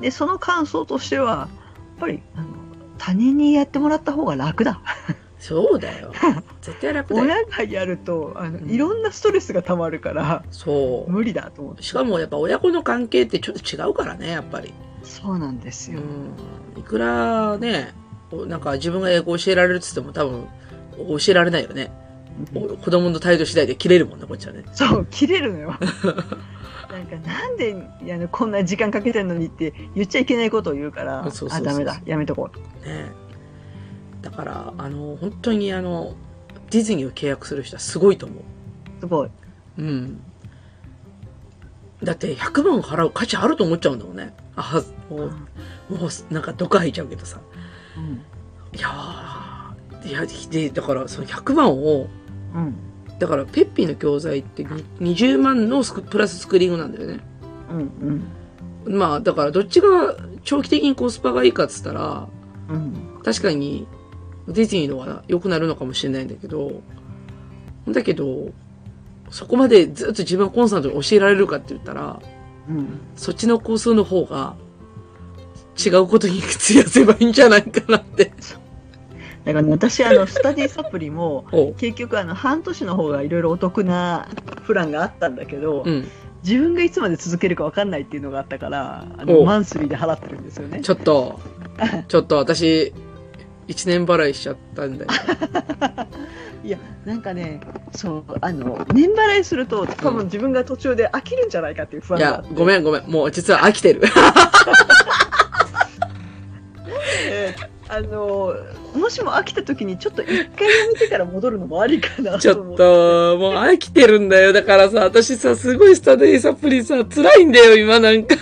でその感想としてはやっぱりあの他人にやってもらった方が楽だ。 そうだよ。絶対楽だよ。 親がやるとあの、うん、いろんなストレスがたまるから、 そう無理だと思って。 しかもやっぱ親子の関係ってちょっと違うからね、やっぱり。 そうなんですよ。 うん、いくらね、なんか自分が英語教えられるっつっても多分教えられないよね。うん、子供の態度次第で切れるもんね、こっちはね。 そう、切れるのよ。なんかなんでいやこんな時間かけてんのにって言っちゃいけないことを言うから、そうそうそうそう、あ、ダメだ、やめとこう。 ね。だから、あの、本当にあの、ディズニーを契約する人はすごいと思う。 すごい。 うん。だってひゃくまん払う価値あると思っちゃうんだもんね。あ、もう、うん、もうなんか毒吐いちゃうけどさ。うん、いやー、いや、で、だからそのひゃくまんを、うん、だからペッピーの教材ってにじゅうまんのスクプラススクリーングなんだよね。うんうん。まあ、だからどっちが長期的にコスパがいいかっつったら、うん、確かに、ディズニーのは良くなるのかもしれないんだけど、だけど、そこまでずっと自分はコンスタントに教えられるかって言ったら、うん、そっちのコースの方が違うことに費やせばいいんじゃないかなって。 だから、ね、私あのスタディサプリも結局あの半年の方がいろいろお得なプランがあったんだけど、うん、自分がいつまで続けるか分かんないっていうのがあったからあのマンスリーで払ってるんですよね。 ちょっとちょっと私いちねん払いしちゃったんだよ。 いやなんかね、そうあの年払いすると多分自分が途中で飽きるんじゃないかっていう不安があって、 いやごめんごめん、もう実は飽きてる。 えー、あのもしも飽きた時にちょっと一回やめてから戻るのもありかなと思って。 ちょっともう飽きてるんだよ。だからさ、私さすごいスタディサプリさ辛いんだよ今なんか。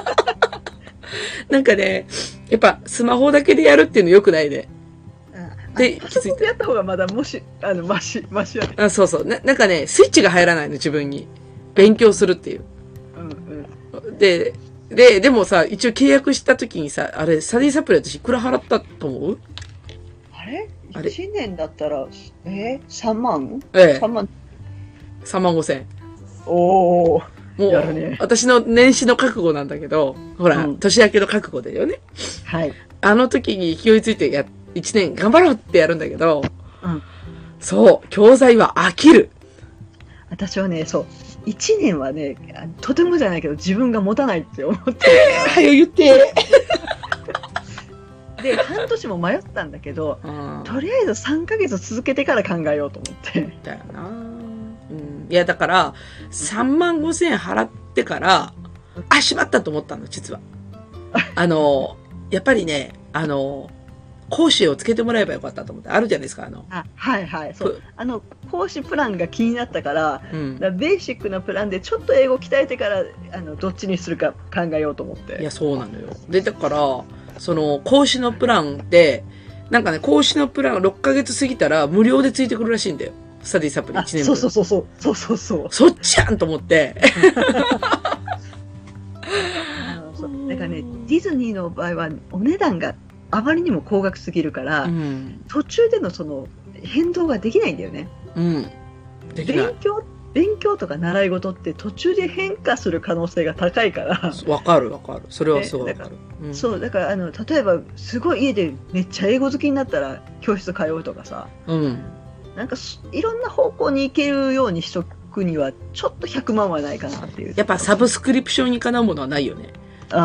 なんかね、やっぱスマホだけでやるっていうの良くないね。 で、気づいてやった方がまだもし、あの、マシ、マシやね。 あ、そうそう。な、なんかね、スイッチが入らないの、自分に。勉強するっていう。うんうん。で、 で、でもさ、一応契約した時にさ、あれ、スタディサプリ私いくら払ったと思う？ あれあれ ?いち 年だったら、えー、さんまん？ ええ。 さんまん。 さんまんごせん。 おー。 もう、 やるね、 私の年始の覚悟なんだけど、ほら、うん、年明けの覚悟だよね。 はい。 あの時に勢いついてや、いちねん頑張ろうってやるんだけど、 うん。 そう、教材は飽きる。 私はね、そう、いちねんはね、とてもじゃないけど自分が持たないって思って。 えー、はよ言って。 で、半年も迷ったんだけど、とりあえずさんかげつ続けてから考えようと思って。 だよな。うん、いや、だから、さんまんごせんえん払ってから、あ、しまったと思ったの、実は。あの、やっぱりね、あの、講師をつけてもらえばよかったと思って、あるじゃないですか、あの。 あ、はいはい。そう。あの、講師プランが気になったから、うん、だからベーシックなプランでちょっと英語鍛えてから、あの、どっちにするか考えようと思って。 いや、そうなのよ。で、だから、その、講師のプランって、なんかね、講師のプランろっかげつ過ぎたら無料でついてくるらしいんだよ。スタディサプリいちねんぶん。 そうそうそうそう。そうそうそう。 そっちやんと思って。 だからね、ディズニーの場合はお値段があまりにも高額すぎるから、うん、途中でのその変動ができないんだよね。 うん。 できない。勉強、勉強とか習い事って途中で変化する可能性が高いから。 わかるわかる。それはすごいわかる。 うん、そう、だからあの、例えばすごい家でめっちゃ英語好きになったら教室通うとかさ。 うん。 なんかいろんな方向に行けるようにしとくにはちょっとひゃくまんはないかなっていう。 やっぱサブスクリプションにかなうものはないよね。 うん。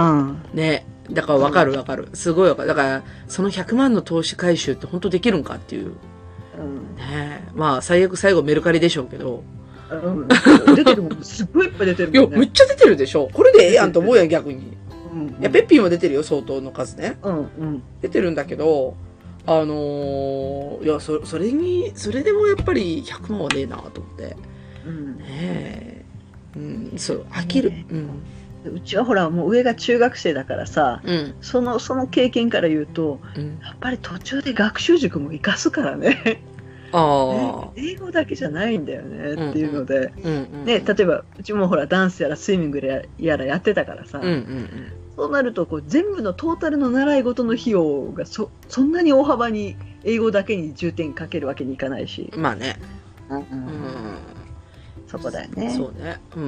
ね。だからわかるわかる。すごいわかる。だから、そのひゃくまんの投資回収って本当できるんかっていう。うん。ねえ。まあ、最悪最後メルカリでしょうけど。 うん。出てるもん。すっごいいっぱい出てるもん、ね。 いや、めっちゃ出てるでしょ。これでええやんと思うやん、逆に。うん、うん。いや、ペッピーも出てるよ、相当の数ね。 うん、うん。 出てるんだけど、あのー、いや、そ、それに、それでもやっぱりひゃくまんはねえなと思って。うん。ねえ。うん、そう、飽きる。うん。 うちはほらもう上が中学生だからさ、うん、そのその経験から言うと、うん、やっぱり途中で学習塾も生かすからね。あ英語だけじゃないんだよねっていうので、ね、例えばうちもほらダンスやらスイミングやらやってたからさ、うんうんうん、そうなるとこう全部のトータルの習い事の費用が そ, そんなに大幅に英語だけに重点かけるわけにいかないし。 まあね。うんうん、 そこだよね。 そうね。うん。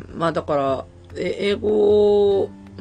まあだから、英語、うん、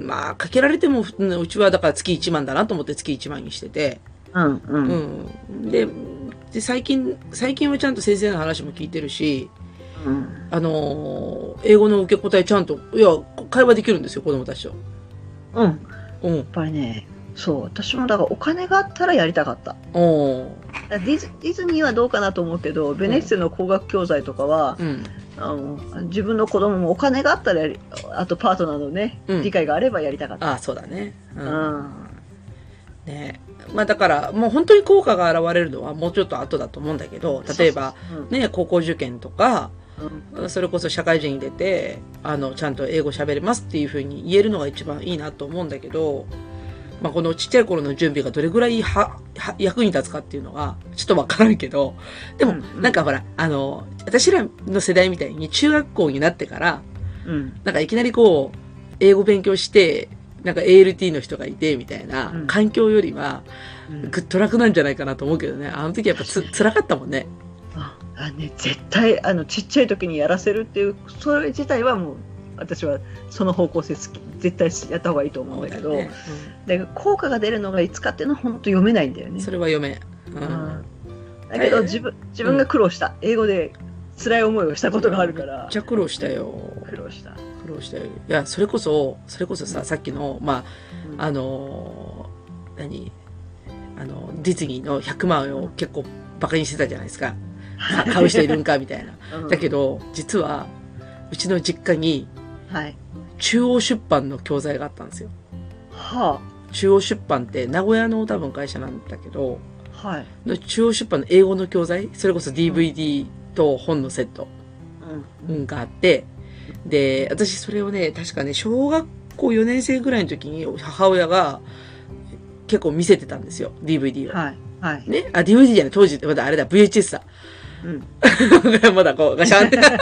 まあ、かけられても、うちはだから月いちまんだなと思って月いちまんにしてて。 うんうん。 うん、で、で、最近、最近はちゃんと先生の話も聞いてるし、うん、あの、英語の受け答えちゃんと、いや、会話できるんですよ、子供たちと。 うん。うん。やっぱりね、そう、私もだからお金があったらやりたかった。 おディズ、ディズニーはどうかなと思うけど、ベネッセの工学教材とかは、うん、あの自分の子供もお金があったらやり、あとパートナーのね、うん、理解があればやりたかった。 ああ、そうだね。うん。うん、ねまあだから、もう本当に効果が現れるのはもうちょっと後だと思うんだけど、例えば、そうそうそう、ね、高校受験とか、うん、それこそ社会人に出て、あの、ちゃんと英語喋れますっていうふうに言えるのが一番いいなと思うんだけど、まあこのちっちゃい頃の準備がどれぐらいは、は、役に立つかっていうのが、ちょっとわからんけど、でも、なんかほら、あの、私らの世代みたいに中学校になってから、うん、なんかいきなりこう、英語勉強して、なんか エーエルティー の人がいて、みたいな環境よりは、ぐっと楽なんじゃないかなと思うけどね。あの時やっぱつ、辛かったもんね。 あ、あね、絶対、あの、ちっちゃい時にやらせるっていう、それ自体はもう、私はその方向性好き、絶対やった方がいいと思うんだけど、ねうん、で効果が出るのがいつかっていうのは本当読めないんだよね。 それは読め、 うんうん、だけど自分自分が苦労した、うん、英語で辛い思いをしたことがあるから。めっちゃ苦労したよ。 苦労した。 苦労したよ。いやそれこそそれこそさ、うん、さっきのまあ、うん、あの何あのディズニーのひゃくまんを結構バカにしてたじゃないですか。買う人いるんかみたいな。うん、だけど実はうちの実家にはい、 中央出版の教材があったんですよ。 はあ、中央出版って名古屋の多分会社なんだけど、 はい、 中央出版の英語の教材、それこそ ディーブイディー と本のセットがあって、うん、で、私それをね、確かね、小学校よねん生ぐらいの時に母親が結構見せてたんですよ、ディーブイディー を。 はい。はい。 ね、あ、ディーブイディー じゃない、当時、まだあれだ、ブイエイチエス だ。うん。まだこう、ガシャンって。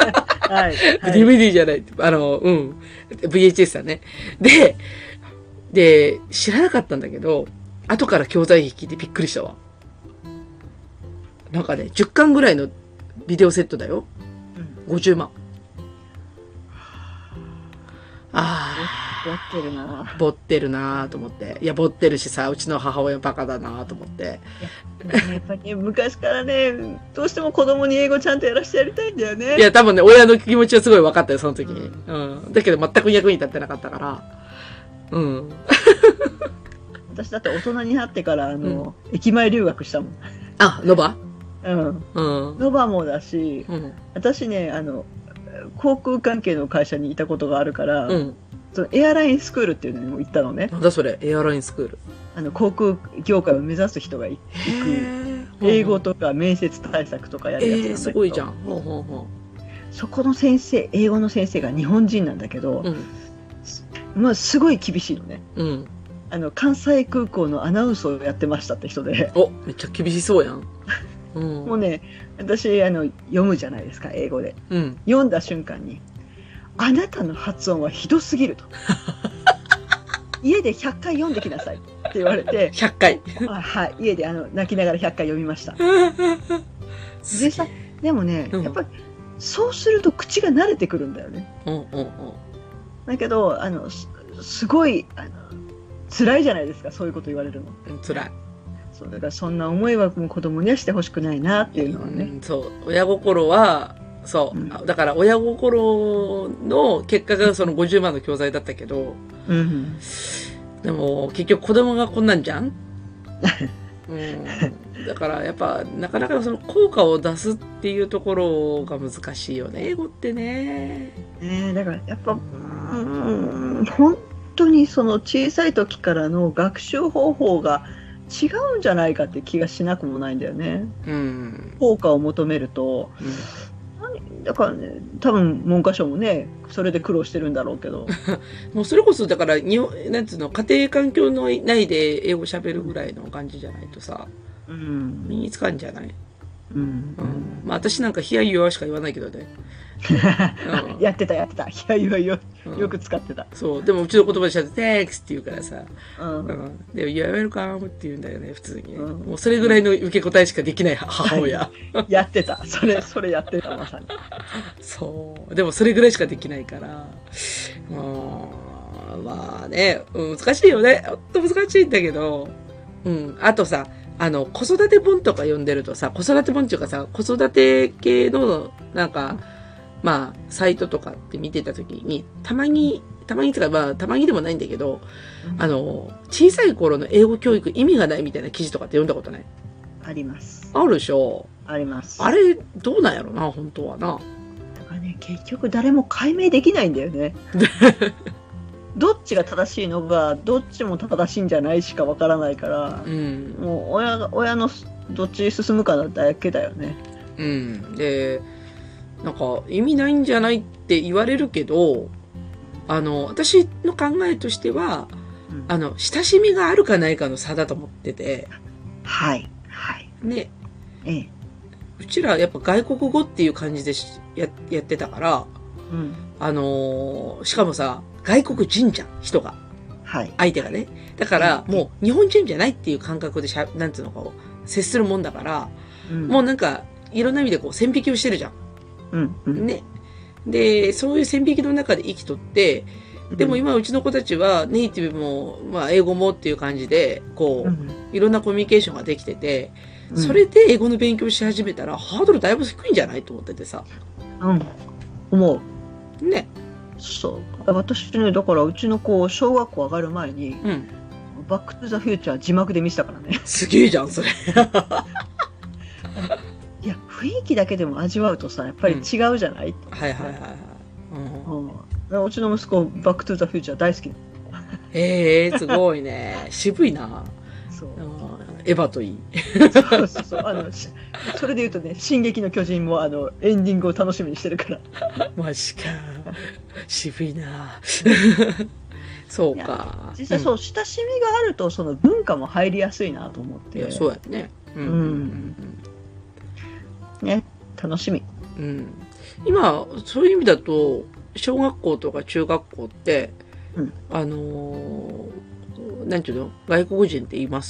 はい。 ディーブイディー じゃない。あの、うん。ブイエイチエス だね。で、で、知らなかったんだけど、後から教材費聞いてびっくりしたわ。なんかね、じゅっかんぐらいのビデオセットだよ。 うん、 ごじゅうまん。ああ。 ボってるなボってるなと思って。いや、ボってるしさ、うちの母親バカだなと思って。 いや、やっぱり、ね、昔からね、どうしても子供に英語ちゃんとやらせてやりたいんだよね。 いや、多分ね、親の気持ちはすごい分かったよ、その時に。うん。うん、だけど全く役に立ってなかったから。うん。 私だって大人になってから、あの、うん、駅前留学したもん。 あ、ノバ？ うん。 うん。 ノバもだし、うん、私ね、あの、航空関係の会社にいたことがあるから、うん、そのエアラインスクールっていうのにも行ったのね。 なんだそれ、エアラインスクール。 あの航空業界を目指す人が行く英語とか面接対策とかやるやつなんだけど、えー、 すごいじゃん。ほうほうほう。そこの先生、英語の先生が日本人なんだけど、うん、まあすごい厳しいのね。うん、あの関西空港のアナウンスをやってましたって人で。 お、めっちゃ厳しそうやん。 うん、もうね、私あの読むじゃないですか、英語で、うん、読んだ瞬間にあなたの発音はひどすぎると家でひゃっかい読んできなさいって言われてひゃっかいあ、はい、家であの泣きながらひゃっかい読みましたでさ、でもね、うん、やっぱりそうすると口が慣れてくるんだよね、うんうんうん、だけどあの す, すごいあの辛いじゃないですか、そういうこと言われるの。 辛い。 そうだからそんな思いはもう子供にはしてほしくないなっていうのはね、 うん、そう親心はそう、うん、だから親心の結果がそのごじゅうまんの教材だったけど、うん、でも結局子供がこんなんじゃん、うん、だからやっぱなかなかその効果を出すっていうところが難しいよね、英語ってね。 ね、だからやっぱ、うん、本当にその小さい時からの学習方法が違うんじゃないかって気がしなくもないんだよね、うん、効果を求めると、うん、だからね、多分文科省もねそれで苦労してるんだろうけどもうそれこそだから日本なんつうの、家庭環境の内で英語喋るぐらいの感じじゃないとさ、うん、身につかんじゃない、うんうん、まあ私なんかヒヤユアしか言わないけどねうん、やってたやってた、ヒヤユアよよく使ってた、 うん、そうでもうちの言葉でしゃって Thanks って言うからさ、うんうん、でも You're welcome って言うんだよね普通に、うん、もうそれぐらいの受け答えしかできない母親やってた、それそれやってた、まさにそうでもそれぐらいしかできないから、うん、まあね難しいよね、ほんと難しいんだけど、うん、あとさあの子育て本とか読んでるとさ、子育て本っていうかさ、子育て系のなんかまあサイトとかって見てた時にたまにたまにとかまあたまにでもないんだけど、うん、あの小さい頃の英語教育意味がないみたいな記事とかって読んだことない？ あります。 あるでしょ。 あります。 あれどうなんやろな本当はな。だからね、結局誰も解明できないんだよね。どっちが正しいのか、どっちも正しいんじゃないしかわからないから、うん、もう親が親のどっち進むかだけだよね。 うん、でなんか意味ないんじゃないって言われるけど、あの私の考えとしては、うん、あの親しみがあるかないかの差だと思ってて、 はいはいね、 ええ、 うちらやっぱ外国語っていう感じでややってたから、うん、あのしかもさ外国人じゃん人が、はい、相手がね、だからもう日本人じゃないっていう感覚でしゃなんつうのか接するもんだから、うん、もうなんかいろんな意味でこう線引きをしてるじゃん。うんうん、ね。で、そういう線引きの中で生きとって、でも今うちの子たちはネイティブも、まあ英語もっていう感じで、こう、うん、いろんなコミュニケーションができてて、うん、それで英語の勉強し始めたらハードルだいぶ低いんじゃないと思っててさ。 うん。思う。 ね。 そう。私ね、だからうちの子、小学校上がる前に、うん、バックトゥザフューチャー字幕で見せたからね。 すげえじゃん、それ。 いや雰囲気だけでも味わうとさやっぱり違うじゃない、うん、 はいはいはいはい、 うんうん、うちの息子バックトゥザフューチャー大好き。 へえー、すごいね渋いな。そう、エヴァといい。 そうそうそう、あのそれで言うとね進撃の巨人もあのエンディングを楽しみにしてるから。 マジか渋いな。そうか。 実際そう、うん、親しみがあるとその文化も入りやすいなと思って。 いやそうやね。うん、うんうんね、楽しみ。 うん。 今、そういう意味だと、小学校とか中学校って、 うん、 あのー、なんていうの外国人って言います？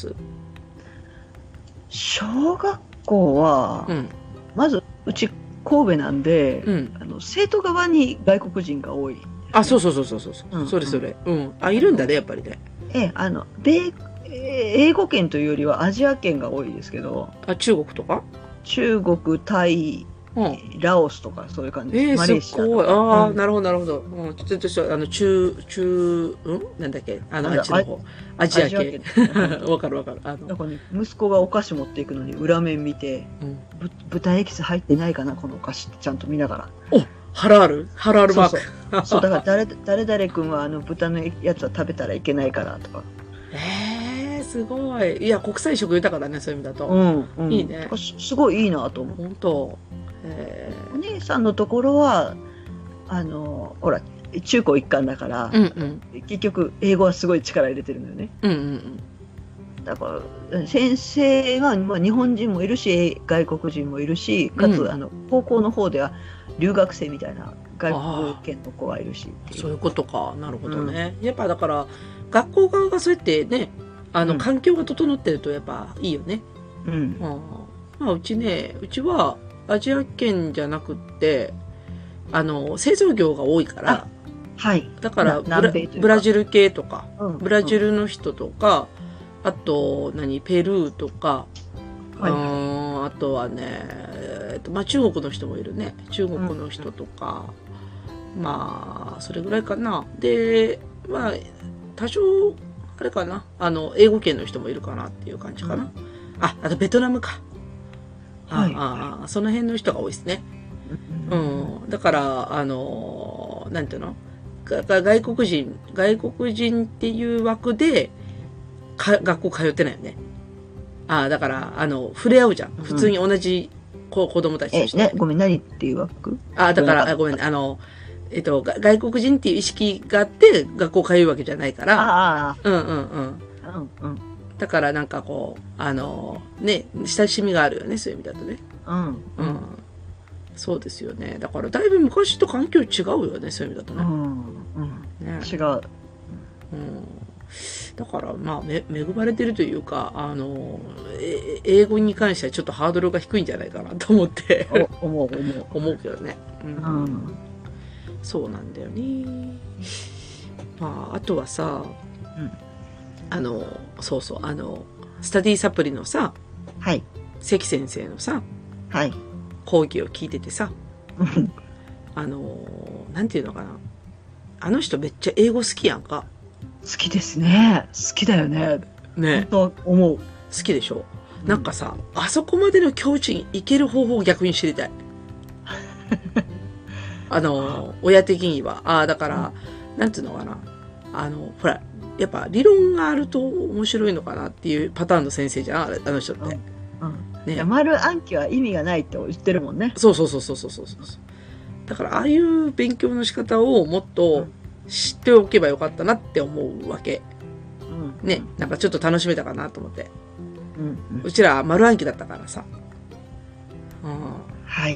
小学校は、うん、まず、うち神戸なんで、うん、あの生徒側に外国人が多い、ね。 あ、そうそうそうそうそう。うん、それそれ。うん。あ、いるんだね、やっぱりね。 ええ、あの、米、英語圏というよりはアジア圏が多いですけど。 あ、中国とか？ 中国、タイ、うん、ラオスとかそういう感じです。 えー、 マレーシアとか。 ああ、 うん、 なるほど、なるほど。うん、ちょっとした、あの、中、中、うんなんだっけあの、あっちの方。アジア系。わかるわかる。あの。 なんかね、息子がお菓子持っていくのに裏面見て、うん、ぶ豚エキス入ってないかな、このお菓子ってちゃんと見ながら。 おハラールハラールマーク。 そうそう。そうだから誰、誰々君はあの豚のやつは食べたらいけないからとか。 えー、すごい。いや、国際食豊かだね、そういう意味だと。 うん。うん、 いいね。 すごいいいなと思う。 本当。 お姉さんのところはあのほら中高一貫だから、うんうん、結局英語はすごい力入れてるのよね、うんうんうん、だから先生は、まあ、日本人もいるし外国人もいるしかつ、うん、あの高校の方では留学生みたいな外国圏の子がいるしいうそういうことかなるほどね、うん、やっぱだから学校側がそうやってねあの、うん、環境が整ってるとやっぱいいよね、うん、あまあうちねうちはアジア圏じゃなくって、あの、製造業が多いから、 はい。 だからブラ、ブラジル系とか、うん、ブラジルの人とか、うん、あと、何、ペルーとか、はい、あ, あとはね、えっと、まあ、中国の人もいるね。中国の人とか、うん、まあ、それぐらいかな。で、まあ、多少、あれかな、あの、英語圏の人もいるかなっていう感じかな。うん、あ、あとベトナムか。はい、ああその辺の人が多いですね。うん、だからあのなんていうの外国人外国人っていう枠でか学校通ってないよね。ああだからあの触れ合うじゃん。普通に同じ子、うん、子供たちとして。 え、ね、ごめん何っていう枠？ あだからあごめんあのえっと外国人っていう意識があって学校通うわけじゃないから。ああうんうんうんうんうん。だからなんかこう、あのー、ね、親しみがあるよね、そういう意味だとね。うん。うん。そうですよね。だからだいぶ昔と環境違うよね、そういう意味だとね。うん。 うん、ね、違う。うん。 だからまあめ、恵まれてるというか、あのー、英語に関してはちょっとハードルが低いんじゃないかなと思って。 思う、思う。 思うけどね。うん。うん、そうなんだよね。まあ、あとはさ、うんあの、そうそう、あの、スタディサプリのさ、はい。関先生のさ、はい。講義を聞いててさ、あの、なんていうのかな。あの人めっちゃ英語好きやんか。 好きですね。好きだよね。ね。本当思う。好きでしょ。うん、なんかさ、あそこまでの境地に行ける方法を逆に知りたい。あの、親的には。ああ、だから、うん、なんていうのかな。あの、ほら、やっぱ理論があると面白いのかなっていうパターンの先生じゃん、あの人って。 うんうん、ね、丸暗記は意味がないって言ってるもんね。 そうそうそうそうそうそう。だからああいう勉強の仕方をもっと知っておけばよかったなって思うわけ。うん、ね、なんかちょっと楽しめたかなと思って。うんうん、うちら丸暗記だったからさ。うん、はい。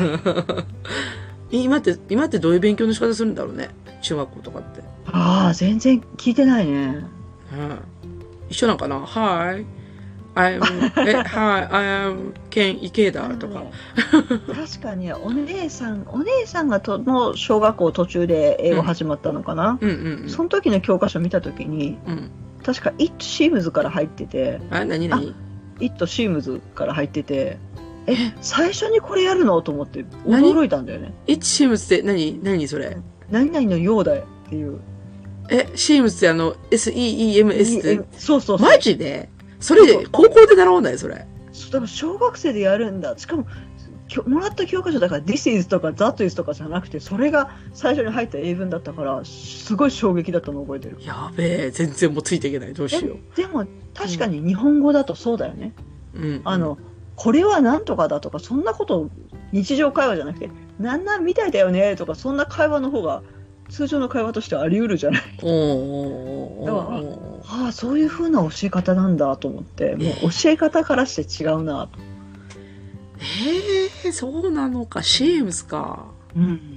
今って、今ってどういう勉強の仕方するんだろうね。中学校とかって。 ああ、全然聞いてないね。うん。 一緒なんかな ?Hi, I'm, え、Hi, I am Ken Ikeda とか。 確かに、お姉さん、お姉さんがとの小学校途中で英語始まったのかな、うんうんうんうん、その時の教科書見た時に、うん、確か It Seems から入ってて。 あ、何何 ?It Seems から入ってて、え、最初にこれやるのと思って驚いたんだよね。 It Seems って何何それ何々のようだよっていう。 え、シームスってあの、エスイーイーエムエス って。 そうそうそう。 マジでそれで、高校で習わないそれ。 多分小学生でやるんだ。しかも、もらった教科書だから This is とか That is とかじゃなくて、それが最初に入った英文だったから、すごい衝撃だったのを覚えてる。 やべえ、全然もうついていけない。どうしよう。でも、確かに日本語だとそうだよね。うん。あの、これは何とかだとか、そんなこと日常会話じゃなくて、なんなんみたいだよねとか、そんな会話の方が通常の会話としてあり得るじゃない。おだから、ああ、そういう風な教え方なんだと思って、もう教え方からして違うなと。 えー、そうなのか。シエムスか。 うん。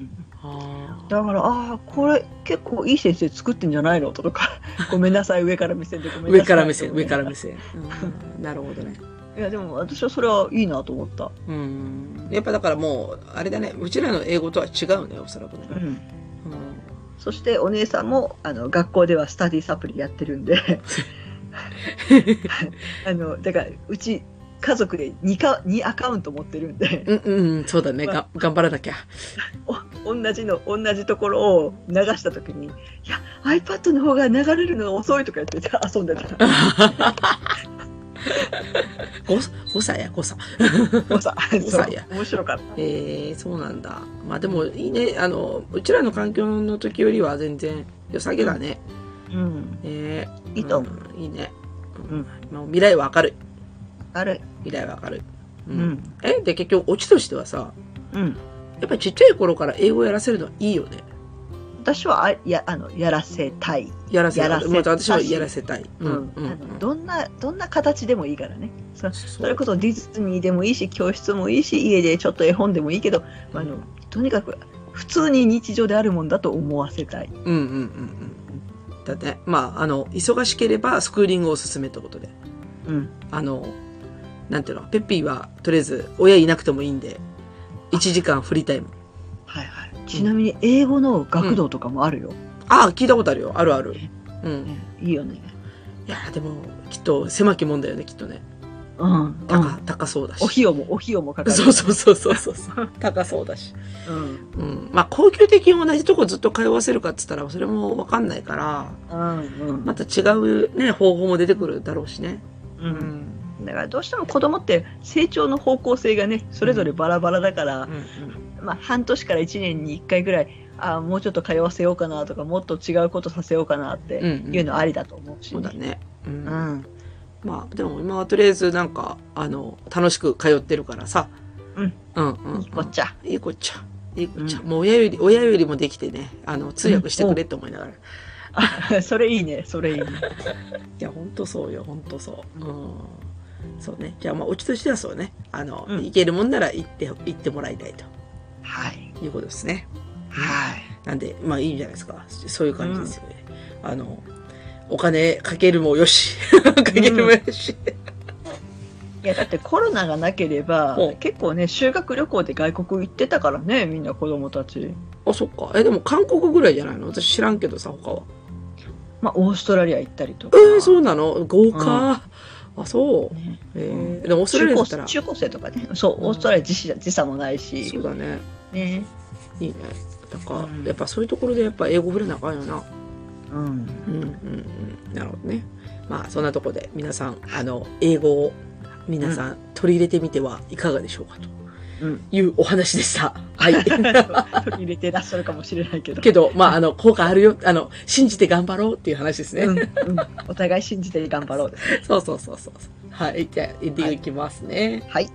あだから、ああ、これ結構いい先生作ってんじゃないのとか、ごめんなさい、上から目線でごめんなさい。 上から目線、上から目線。うん、なるほどね。 いや、でも私はそれはいいなと思った。 うん。やっぱだからもう、あれだね、うちらの英語とは違うね、おそらくね。 うん。 うん、 そしてお姉さんも、あの、学校ではスタディサプリやってるんで、あの、だから、うち、家族でにかにアカウント持ってるんで、 うんうん、そうだね、 まあ、 が頑張らなきゃ。 お同じの同じところを流したときに、いや iPad の方が流れるのが遅いとか言って遊んでた。 ごごさいやごさ。 ごさごさいや。 面白かった。 えー、そうなんだ。まあでもいいね。あのうちらの環境の時よりは全然良さげだね。 うん。 えー、いいと思う。 うん、いいね。 うん。 もう未来は明るい。 明るい。 未来は明るい。 うん。うん、 えで結局オチとしてはさ、 うん。 やっぱりちっちゃい頃から英語やらせるのはいいよね。 私はあやあのやらせたい。 やらせたい。 また私はやらせたい。 うん。うん、あのどんなどんな形でもいいからね。そ, それこそディズニーでもいいし、教室もいいし、家でちょっと絵本でもいいけど、あのとにかく普通に日常であるもんだと思わせたい。 うんうんうんうん。だってまああの忙しければスクーリングをおすすめってことで。 うん。 あのなんていうの、ペッピーはとりあえず親いなくてもいいんでいちじかんフリータイム。 はいはい。ちなみに英語の学童とかもあるよ。うん、 ああ、聞いたことあるよ。あるある。うん。 ね、いいよね。 いや、でも、きっと狭きもんだよね、きっとね。 うん。 高、うん、高そうだし。 お費用も、お費用もかかる。 そうそうそうそうそう。高そうだし。 うん。 うん。まあ、高級的に同じとこずっと通わせるかっつったら、それもわかんないから、 うんうん。 また違うね、方法も出てくるだろうしね。 うん。うんだからどうしても子供って成長の方向性がねそれぞれバラバラだから、うんうんうんまあ、半年からいちねんにいっかいぐらいあもうちょっと通わせようかなとかもっと違うことさせようかなっていうのありだと思うし、ねうんうん、そうだね、うん、 うん、 まあでも今はとりあえずなんかあの楽しく通ってるからさ、 うんうんうんうん、 いいこっちゃいいこっちゃいいこっちゃ、うん、もう親より親よりもできてねあの通訳してくれって思いながら、 うん、それいいねそれいいねいやほんとそうよほんとそう、うんそうね。じゃあ、まあ、うちとしてはそうね。あの、うん、行けるもんなら行って、行ってもらいたいと。 はい。 いうことですね。 はい。 なんで、まあいいんじゃないですか。そういう感じですよね。うん、あの、お金かけるもよし。かけるもよし。 いや、だってコロナがなければ、結構ね、修学旅行で外国行ってたからね、みんな子供たち。 あ、そっか。え、でも韓国ぐらいじゃないの？私知らんけどさ、他は。 まあ、オーストラリア行ったりとか。 えー、そうなの？豪華。うんあ、そう。 ね、 えー、でもオーストラリアだったら中高生とかね。そう、オーストラリア時差、時差もないし。 そうだね。 ね。 いいね。だから、うん、やっぱそういうところでやっぱ英語触れなあかんよな。 うん。うんうんうんなるほどね。まあそんなところで皆さん、あの、英語を皆さん取り入れてみてはいかがでしょうかと。うん、いうお話でした。はい。取り入れてらっしゃるかもしれないけど。 けど、まあ、あの、効果あるよ。あの、信じて頑張ろうっていう話ですね。 うんうん、お互い信じて頑張ろうですね。 そうそうそうそう。はい。じゃあ、エンディングいきますね。 はい。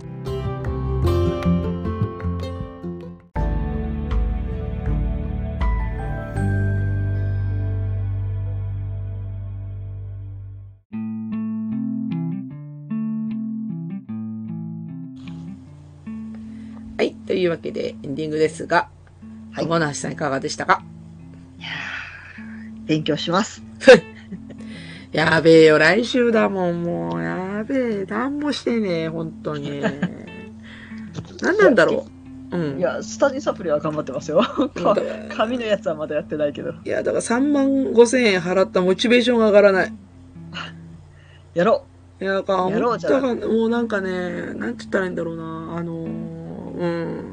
はい。というわけで、エンディングですが、はい。友梨さんいかがでしたか？ いや勉強します。 やべえよ、来週だもん、もう。やべえ、なんもしてねえ、本当に。何なんだろう。うん。 いや、スタディサプリは頑張ってますよ。紙のやつはまだやってないけど。 いや、だからさんまんごせんえん払ったモチベーションが上がらない。 やろう。いや、だから、やろうじゃん。もうなんかね、なんて言ったらいいんだろうな。あのー、うん。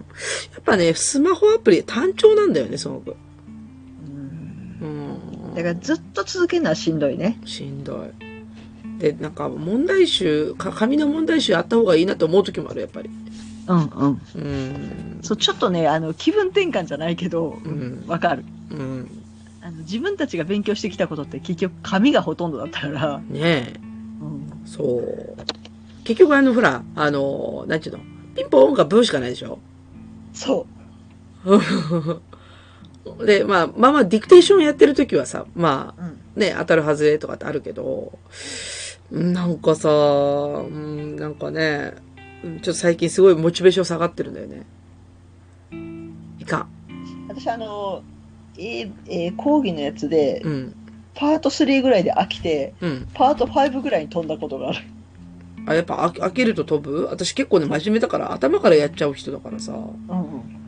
やっぱね、スマホアプリ単調なんだよね、すごく。 うん。だからずっと続けるのはしんどいね。 しんどい。で、なんか問題集、か紙の問題集あった方がいいなと思う時もある、やっぱり。 うんうん。 うん。 そう、ちょっとね、あの、気分転換じゃないけど、 うん。 わかる。 うん。 あの、自分たちが勉強してきたことって結局紙がほとんどだったから。 ねえ。うん。そう。結局あの、ほら、あの、なんちゅうのピンポーンかブーしかないでしょ？ そう。 で、まあ、まあまあ、ディクテーションやってるときはさ、まあ、 うん、 ね、当たるはずれとかってあるけど、なんかさ、うん、なんかね、 うん、ちょっと最近すごいモチベーション下がってるんだよね。いかん。 私あの、えーえー講義のやつで、 うん。 パートスリーぐらいで飽きて、 うん。 パートファイブぐらいに飛んだことがある。 あ、やっぱ飽き飽きると飛ぶ？私結構ね、真面目だから、頭からやっちゃう人だからさ。 うんうん。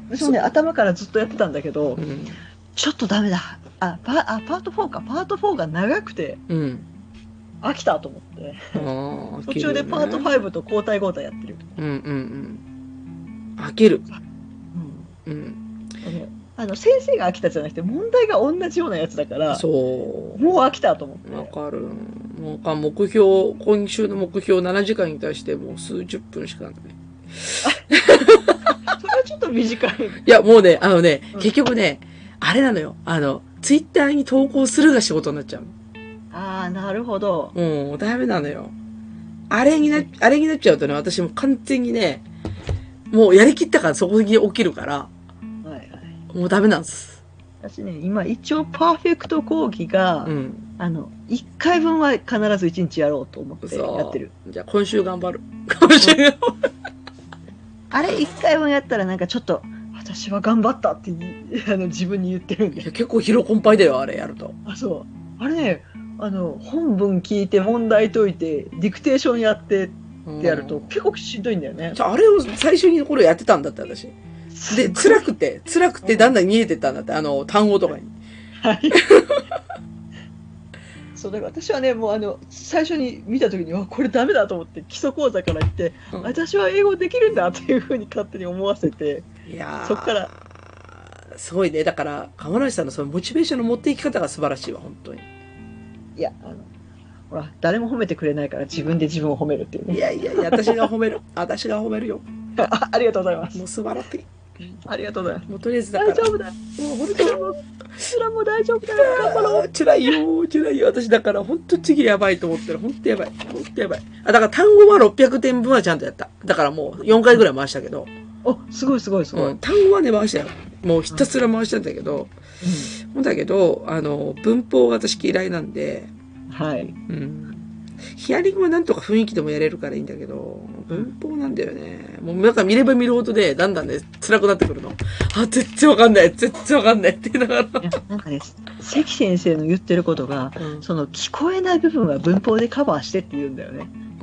私もね、頭からずっとやってたんだけど、 うん。 ちょっとダメだ。あ、パあパートフォーか。パートフォーが長くてうん。 飽きたと思って。 ああ、 途中でパートファイブと交代交代やってる。 うんうんうん。飽きる。 うん。 うん。 あの先生が飽きたじゃなくて問題が同じようなやつだからそう。 もう飽きたと思って。 わかる。もうか目標、今週の目標ななじかんに対してもう数十分しかない。 それはちょっと短い。 いや、もうね、あのね、 うん、 結局ね、あれなのよ。あの、ツイッターに投稿するが仕事になっちゃう。 ああ、なるほど。 もうダメなのよ。あれにな、あれになっちゃうとね、私も完全にね、もうやりきったからそこに起きるから、 はいはい。 もうダメなんです。 私ね、今一応パーフェクト講義が、 うん。 あの、いっかいぶんは必ずいちにちやろうと思ってやってる。 じゃあ今週頑張る。今週頑張る。 あれいっかいぶんやったらなんかちょっと、私は頑張ったってあの自分に言ってるんで。 結構疲労困憊だよ、あれやると。 あ、そう。あれね、あの、本文聞いて問題解いて、ディクテーションやってってやると結構しんどいんだよね。 じゃあ、あれを最初にこれやってたんだって、私。で、辛くて、辛くてだんだん見えてったんだって、あの、単語とかに。 はい。そうだから私はね、もうあの最初に見た時に、わ、これダメだと思って基礎講座から言って、うん、私は英語できるんだっていうふうに勝手に思わせて、 いやそっからすごいね。だから釜梨さんのそのモチベーションの持っていき方が素晴らしいわ、本当に。 いや、あのほら誰も褒めてくれないから自分で自分を褒めるっていうね。 いやいやいや、私が褒める。私が褒めるよ。 あ, ありがとうございます。 もう素晴らしい。 ありがとうございます。 もうとりあえずだから。 大丈夫だ。もう本当にもう、それはもう大丈夫だよ。頑張ろう。 辛いよ、辛いよ。私だから本当次やばいと思ったら本当やばい。本当やばい。あ、だから単語はろっぴゃくてんぶんはちゃんとやった。だからもうよんかいぐらい回したけど。 お、すごいすごいすごい。 うん、単語はね、回したよ。もうひたすら回したんだけど。うん、だけど、あの、文法が私嫌いなんで。 はい。 うん。ヒアリングはなんとか雰囲気でもやれるからいいんだけど、文法なんだよね。もうなんか見れば見るほどで、だんだんね、辛くなってくるの。あ、全然わかんない、全然わかんないって言いながら。 なんかね、関先生の言ってることが、うん、その聞こえない部分は文法でカバーしてって言うんだよね。うん、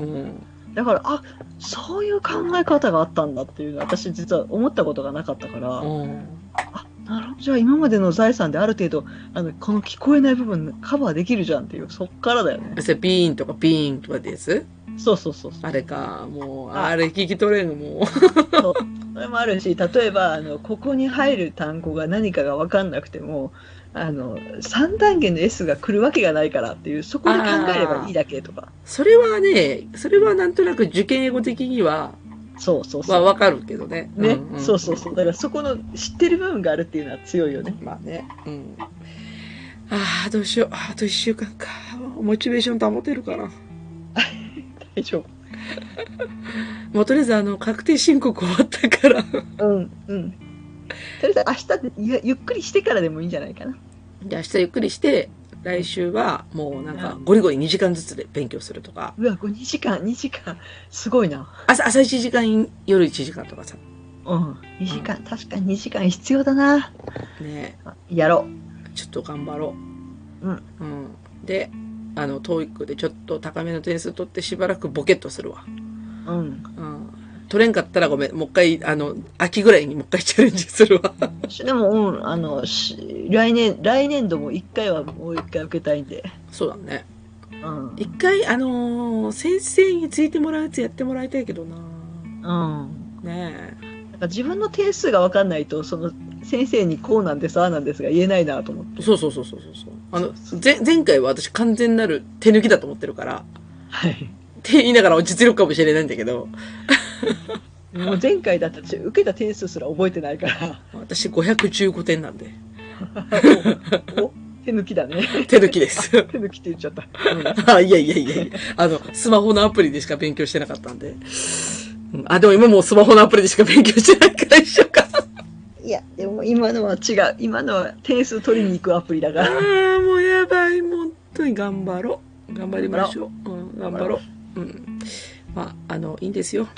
だから、あ、そういう考え方があったんだっていうのは、私実は思ったことがなかったから、うん、あ、なるほど。じゃあ今までの財産である程度、あの、この聞こえない部分カバーできるじゃんっていう、そっからだよね。 それピーンとかピーンとかってやつ？ そうそうそうそう。 あれか、もう、あれ聞き取れんの、もう。 そう。それもあるし、例えば、あの、ここに入る単語が何かが分かんなくても、あの、さん段階の S が来るわけがないからっていう、そこで考えればいいだけとか。 それはね、それはなんとなく受験英語的には、 そうそうそう。 まあわかるけどね。 ね、うんうん、そうそうそう。だからそこの知ってる部分があるっていうのは強いよね。 まあね。うん。ああ、どうしよう。あといっしゅうかんか。モチベーション保てるかな。 大丈夫。 もうとりあえずあの、確定申告終わったから。 うんうん。とりあえず明日ゆゆっくりしてからでもいいんじゃないかな。 じゃあ明日ゆっくりして、来週はもうなんかゴリゴリにじかんずつで勉強するとか。 うわ、にじかん、にじかん。すごいな。 朝、朝いちじかん、夜いちじかんとかさ。 うん。にじかん、うん、確かににじかん必要だな。 ねえ。やろう。ちょっと頑張ろう。うん。 うん。で、あの、トーイックでちょっと高めの点数取ってしばらくボケっとするわ。 うん。うん。 取れんかったらごめん。もう一回、あの、秋ぐらいにもう一回チャレンジするわ。 でも、うん、あの、来年、来年度も一回はもう一回受けたいんで。 そうだね。 うん。 一回、あのー、先生についてもらうやつやってもらいたいけどな。 うん。 ねえ。 なんか自分の点数が分かんないと、その、先生にこうなんです、ああなんですが言えないなと思って。 そうそうそうそうそう。あの、前、前回は私完全なる手抜きだと思ってるから。 はい。 って言いながら実力かもしれないんだけど。 もう前回だったら受けた点数すら覚えてないから。 私ごひゃくじゅうごてんなんで。 お手抜きだね。 手抜きです。 手抜きって言っちゃった。 うん、あ、いやいやいやいや。あの、スマホのアプリでしか勉強してなかったんで。うん、あ、でも今もうスマホのアプリでしか勉強してないから一緒か。 いや、でも今のは違う。今のは点数取りに行くアプリだから。 ああ、もうやばい。本当に頑張ろう。頑張りましょう。うん、頑張ろう。うん。まあ、あの、いいんですよ。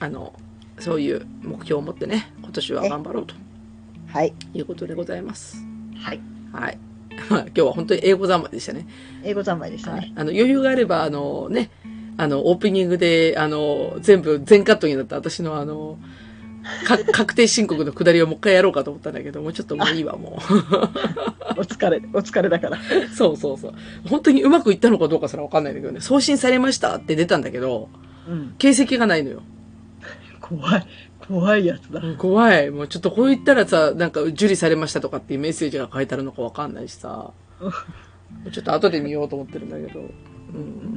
あの、そういう目標を持ってね、今年は頑張ろうと。 はい。 いうことでございます。 はい。 はい。今日は本当に英語三昧でしたね。 英語三昧でしたね。はい、 あの、余裕があれば、あのね、あの、オープニングで、あの、全部全カットになった私のあの、か、確定申告のくだりをもう一回やろうかと思ったんだけど、もうちょっともういいわ、もう。お疲れ、お疲れだから。 そうそうそう。本当にうまくいったのかどうかすらわかんないんだけどね、送信されましたって出たんだけど、うん、形跡がないのよ。 怖い。怖いやつだ。 怖い。もうちょっとこう言ったらさ、なんか受理されましたとかっていうメッセージが書いてあるのかわかんないしさ、ちょっと後で見ようと思ってるんだけど、うん、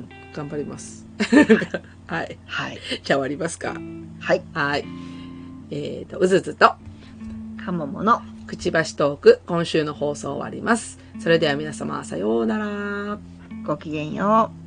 頑張ります。はい。はい。じゃあ終わりますか。 はい。 はい。えっと、うずずと、 かももの、 くちばしトーク、今週の放送終わります。それでは皆様、さようなら。 ごきげんよう。